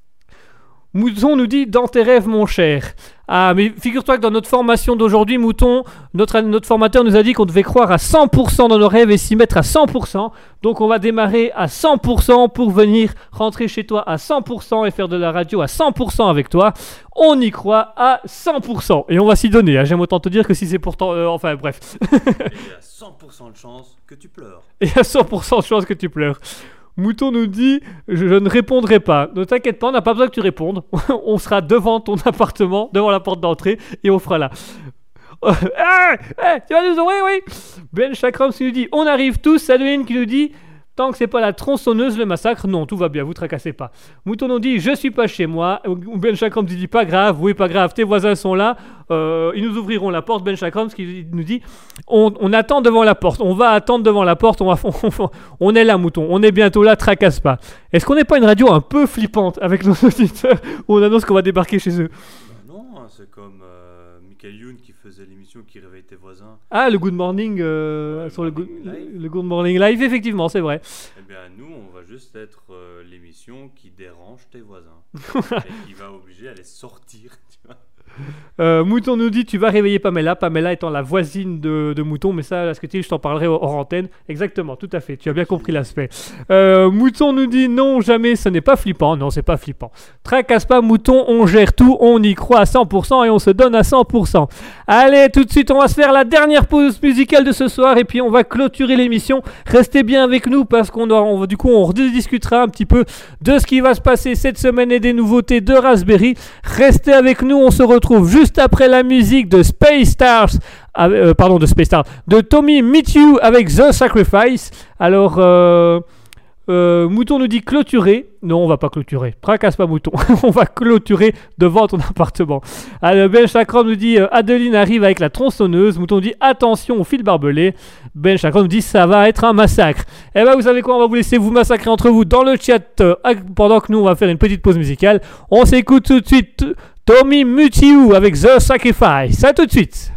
Mouton nous dit dans tes rêves mon cher. Ah mais figure-toi que dans notre formation d'aujourd'hui, Mouton, notre formateur nous a dit qu'on devait croire à 100% dans nos rêves et s'y mettre à 100%. Donc on va démarrer à 100% pour venir rentrer chez toi à 100% et faire de la radio à 100% avec toi. On y croit à 100% et on va s'y donner, hein. J'aime autant te dire que si c'est pourtant... enfin bref. Il y a 100% de chance que tu pleures. Et il y a 100% de chance que tu pleures. Mouton nous dit je ne répondrai pas. Ne t'inquiète pas, on n'a pas besoin que tu répondes. On sera devant ton appartement, devant la porte d'entrée, et on fera là. Tu vas nous envoyer, oui. Ben Chakrams nous dit on arrive tous. Adeline qui nous dit tant que c'est pas la tronçonneuse le massacre, non, tout va bien, vous tracassez pas. Mouton nous dit je suis pas chez moi. Ben Chakrams dit pas grave, oui pas grave, tes voisins sont là. Ils nous ouvriront la porte. Ben Chakrams qui nous dit on attend devant la porte, on va attendre devant la porte, on est là Mouton, on est bientôt là, tracasse pas. Est-ce qu'on n'est pas une radio un peu flippante avec nos auditeurs où on annonce qu'on va débarquer chez eux? Non, c'est comme Michael Youn qui faisait l'émission qui réveille tes voisins. Ah, le Good Morning, sur Morning Live. le Good Morning Live, effectivement, c'est vrai. Eh bien, nous, on va juste être l'émission qui dérange tes voisins. Et qui va obliger à les sortir, tu vois. Mouton nous dit tu vas réveiller Pamela, Pamela étant la voisine de Mouton, mais ça, je t'en parlerai hors antenne. Exactement, tout à fait, tu as bien compris l'aspect. Mouton nous dit non, jamais, ce n'est pas flippant. Non, c'est pas flippant. Tracasse pas Mouton, on gère tout, on y croit à 100% et on se donne à 100%. Allez, tout de suite, on va se faire la dernière pause musicale de ce soir et puis on va clôturer l'émission. Restez bien avec nous parce qu'on va, du coup, on rediscutera un petit peu de ce qui va se passer cette semaine et des nouveautés de Raspberry. Restez avec nous, on se retrouve juste après la musique de Space Stars, de Tommy Meet You avec The Sacrifice. Alors, Mouton nous dit clôturer. Non, on va pas clôturer. Tracasse pas Mouton. On va clôturer devant ton appartement. Alors, Ben Chakram nous dit Adeline arrive avec la tronçonneuse. Mouton dit attention au fil barbelé. Ben Chakram nous dit ça va être un massacre. Eh ben, vous savez quoi, on va vous laisser vous massacrer entre vous dans le chat pendant que nous on va faire une petite pause musicale. On s'écoute tout de suite Tommy Meet You avec The Sacrifice. À tout de suite.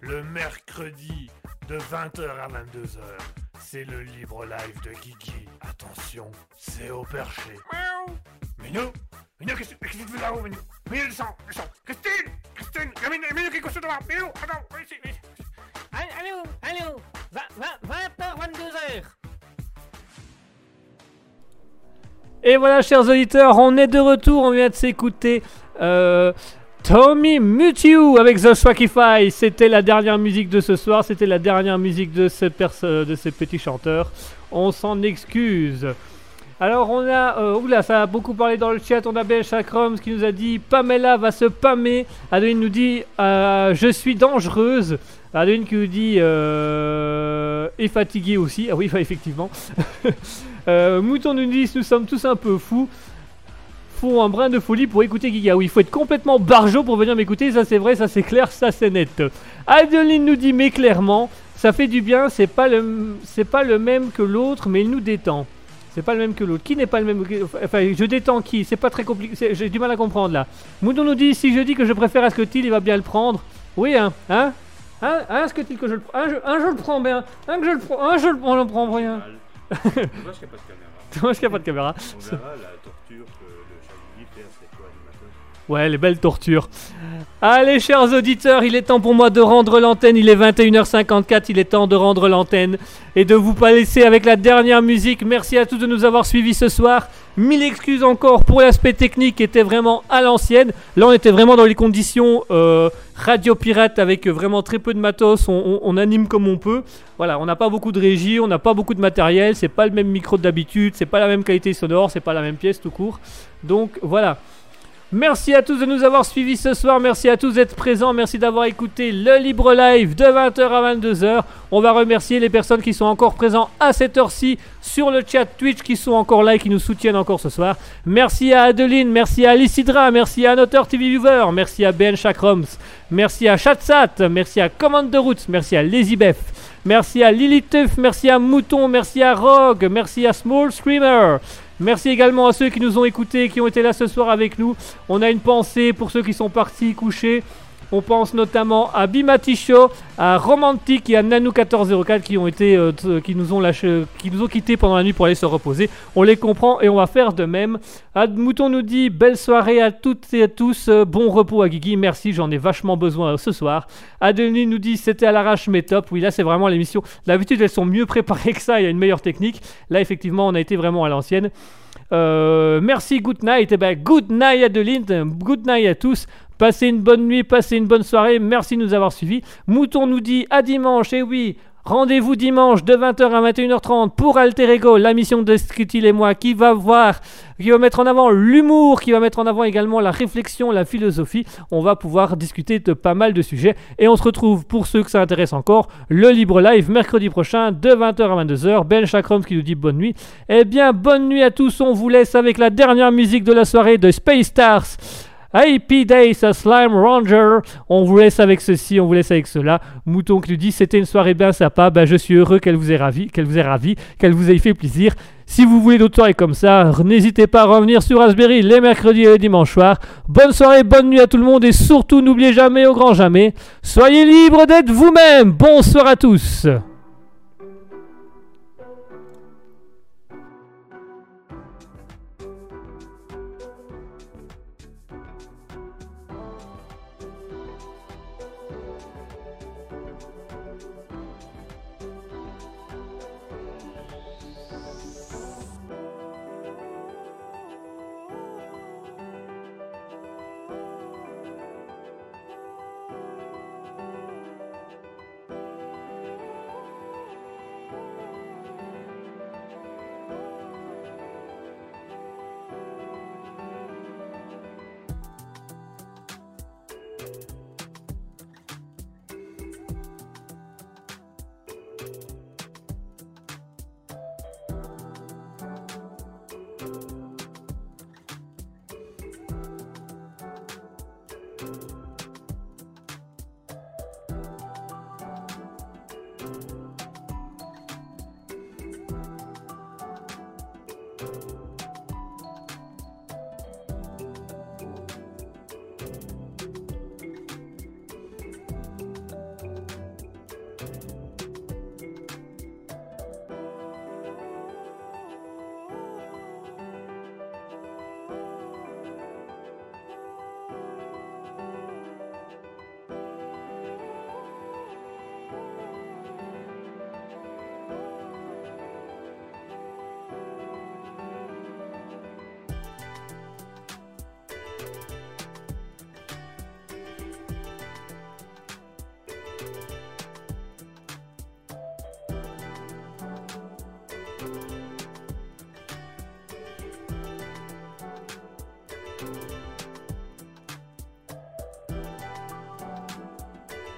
le mercredi de 20h à 22h. C'est le libre live de Guigui. Attention, c'est au perché. Miaou. Minou, qu'est-ce que tu fais là-haut, Minou? Minou, descends. Christine, il y a Minou qui est couché devant. Minou, attends, viens ici. Allô 20h, 22h. Et voilà, chers auditeurs, on est de retour. On vient de s'écouter Tommy Mutiu avec The Swakify. C'était la dernière musique de ce soir. C'était la dernière musique de ces petits chanteurs. On s'en excuse. Alors on a, oula, ça a beaucoup parlé dans le chat. On a Ben Chakroms qui nous a dit Pamela va se pâmer. Adeline nous dit je suis dangereuse. Adeline qui nous dit est fatiguée aussi. Ah oui, bah, effectivement. Mouton nous dit nous sommes tous un peu fous. Faut un brin de folie pour écouter Giga. Oui, il faut être complètement barjot pour venir m'écouter. Ça c'est vrai, ça c'est clair, ça c'est net. Adeline nous dit mais clairement, ça fait du bien. C'est pas le même que l'autre, mais il nous détend. C'est pas le même que l'autre. Qui n'est pas le même? Enfin, je détends qui? C'est pas très compliqué. J'ai du mal à comprendre là. Mouton nous dit si je dis que je préfère Asketil, il va bien le prendre. Oui, hein? Asketil que je le prends. Un, je le prends bien. Un que je le prends. Un, je le prends rien. Dommage qu'il n'y a pas de caméra. Dommage qu'il n'y a pas de caméra. On verra la torture que le Chaligi fait à ses co-animateurs. Ouais, les belles tortures. Allez, chers auditeurs, il est temps pour moi de rendre l'antenne. Il est 21h54, il est temps de rendre l'antenne et de vous pas laisser avec la dernière musique. Merci à tous de nous avoir suivis ce soir. 1000 excuses encore pour l'aspect technique qui était vraiment à l'ancienne. Là, on était vraiment dans les conditions radio pirate avec vraiment très peu de matos. On anime comme on peut. Voilà, on n'a pas beaucoup de régie, on n'a pas beaucoup de matériel. C'est pas le même micro que d'habitude, c'est pas la même qualité sonore, c'est pas la même pièce tout court. Donc voilà. Merci à tous de nous avoir suivis ce soir, merci à tous d'être présents, merci d'avoir écouté le Libre Live de 20h à 22h. On va remercier les personnes qui sont encore présentes à cette heure-ci sur le chat Twitch, qui sont encore là et qui nous soutiennent encore ce soir. Merci à Adeline, merci à Lycidra, merci à Noteur TV Viewer, merci à Ben Chakroms, merci à Chatsat, merci à Commande de Route, merci à LazyBef, merci à Liliteuf, merci à Mouton, merci à Rogue, merci à Small Screamer. Merci également à ceux qui nous ont écoutés, qui ont été là ce soir avec nous. On a une pensée pour ceux qui sont partis coucher. On pense notamment à Bimaticho, à Romantic et à Nanou1404 qui nous ont quittés pendant la nuit pour aller se reposer. On les comprend et on va faire de même. Mouton nous dit belle soirée à toutes et à tous. Bon repos à Guigui. Merci, j'en ai vachement besoin ce soir. Adeline nous dit c'était à l'arrache mais top. Oui, là c'est vraiment l'émission. D'habitude elles sont mieux préparées que ça. Il y a une meilleure technique. Là effectivement on a été vraiment à l'ancienne. Merci, good night. Et ben, good night Adeline, good night à tous. Passez une bonne nuit, passez une bonne soirée. Merci de nous avoir suivis. Mouton nous dit à dimanche. Et oui, rendez-vous dimanche de 20h à 21h30 pour Alter Ego, la mission de Scritil et moi qui va mettre en avant l'humour, qui va mettre en avant également la réflexion, la philosophie. On va pouvoir discuter de pas mal de sujets. Et on se retrouve, pour ceux que ça intéresse encore, le Libre Live mercredi prochain de 20h à 22h. Ben Chakroms qui nous dit bonne nuit. Eh bien, bonne nuit à tous. On vous laisse avec la dernière musique de la soirée de Space Stars. AP Days, a Slime Ranger. On vous laisse avec ceci, on vous laisse avec cela. Mouton qui nous dit c'était une soirée bien sympa. Ben, je suis heureux qu'elle vous ait ravi, qu'elle vous ait fait plaisir. Si vous voulez d'autres soirées comme ça, n'hésitez pas à revenir sur Raspberry les mercredis et les dimanches soirs. Bonne soirée, bonne nuit à tout le monde et surtout n'oubliez jamais au grand jamais, soyez libres d'être vous-même. Bonsoir à tous.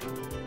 Ciao.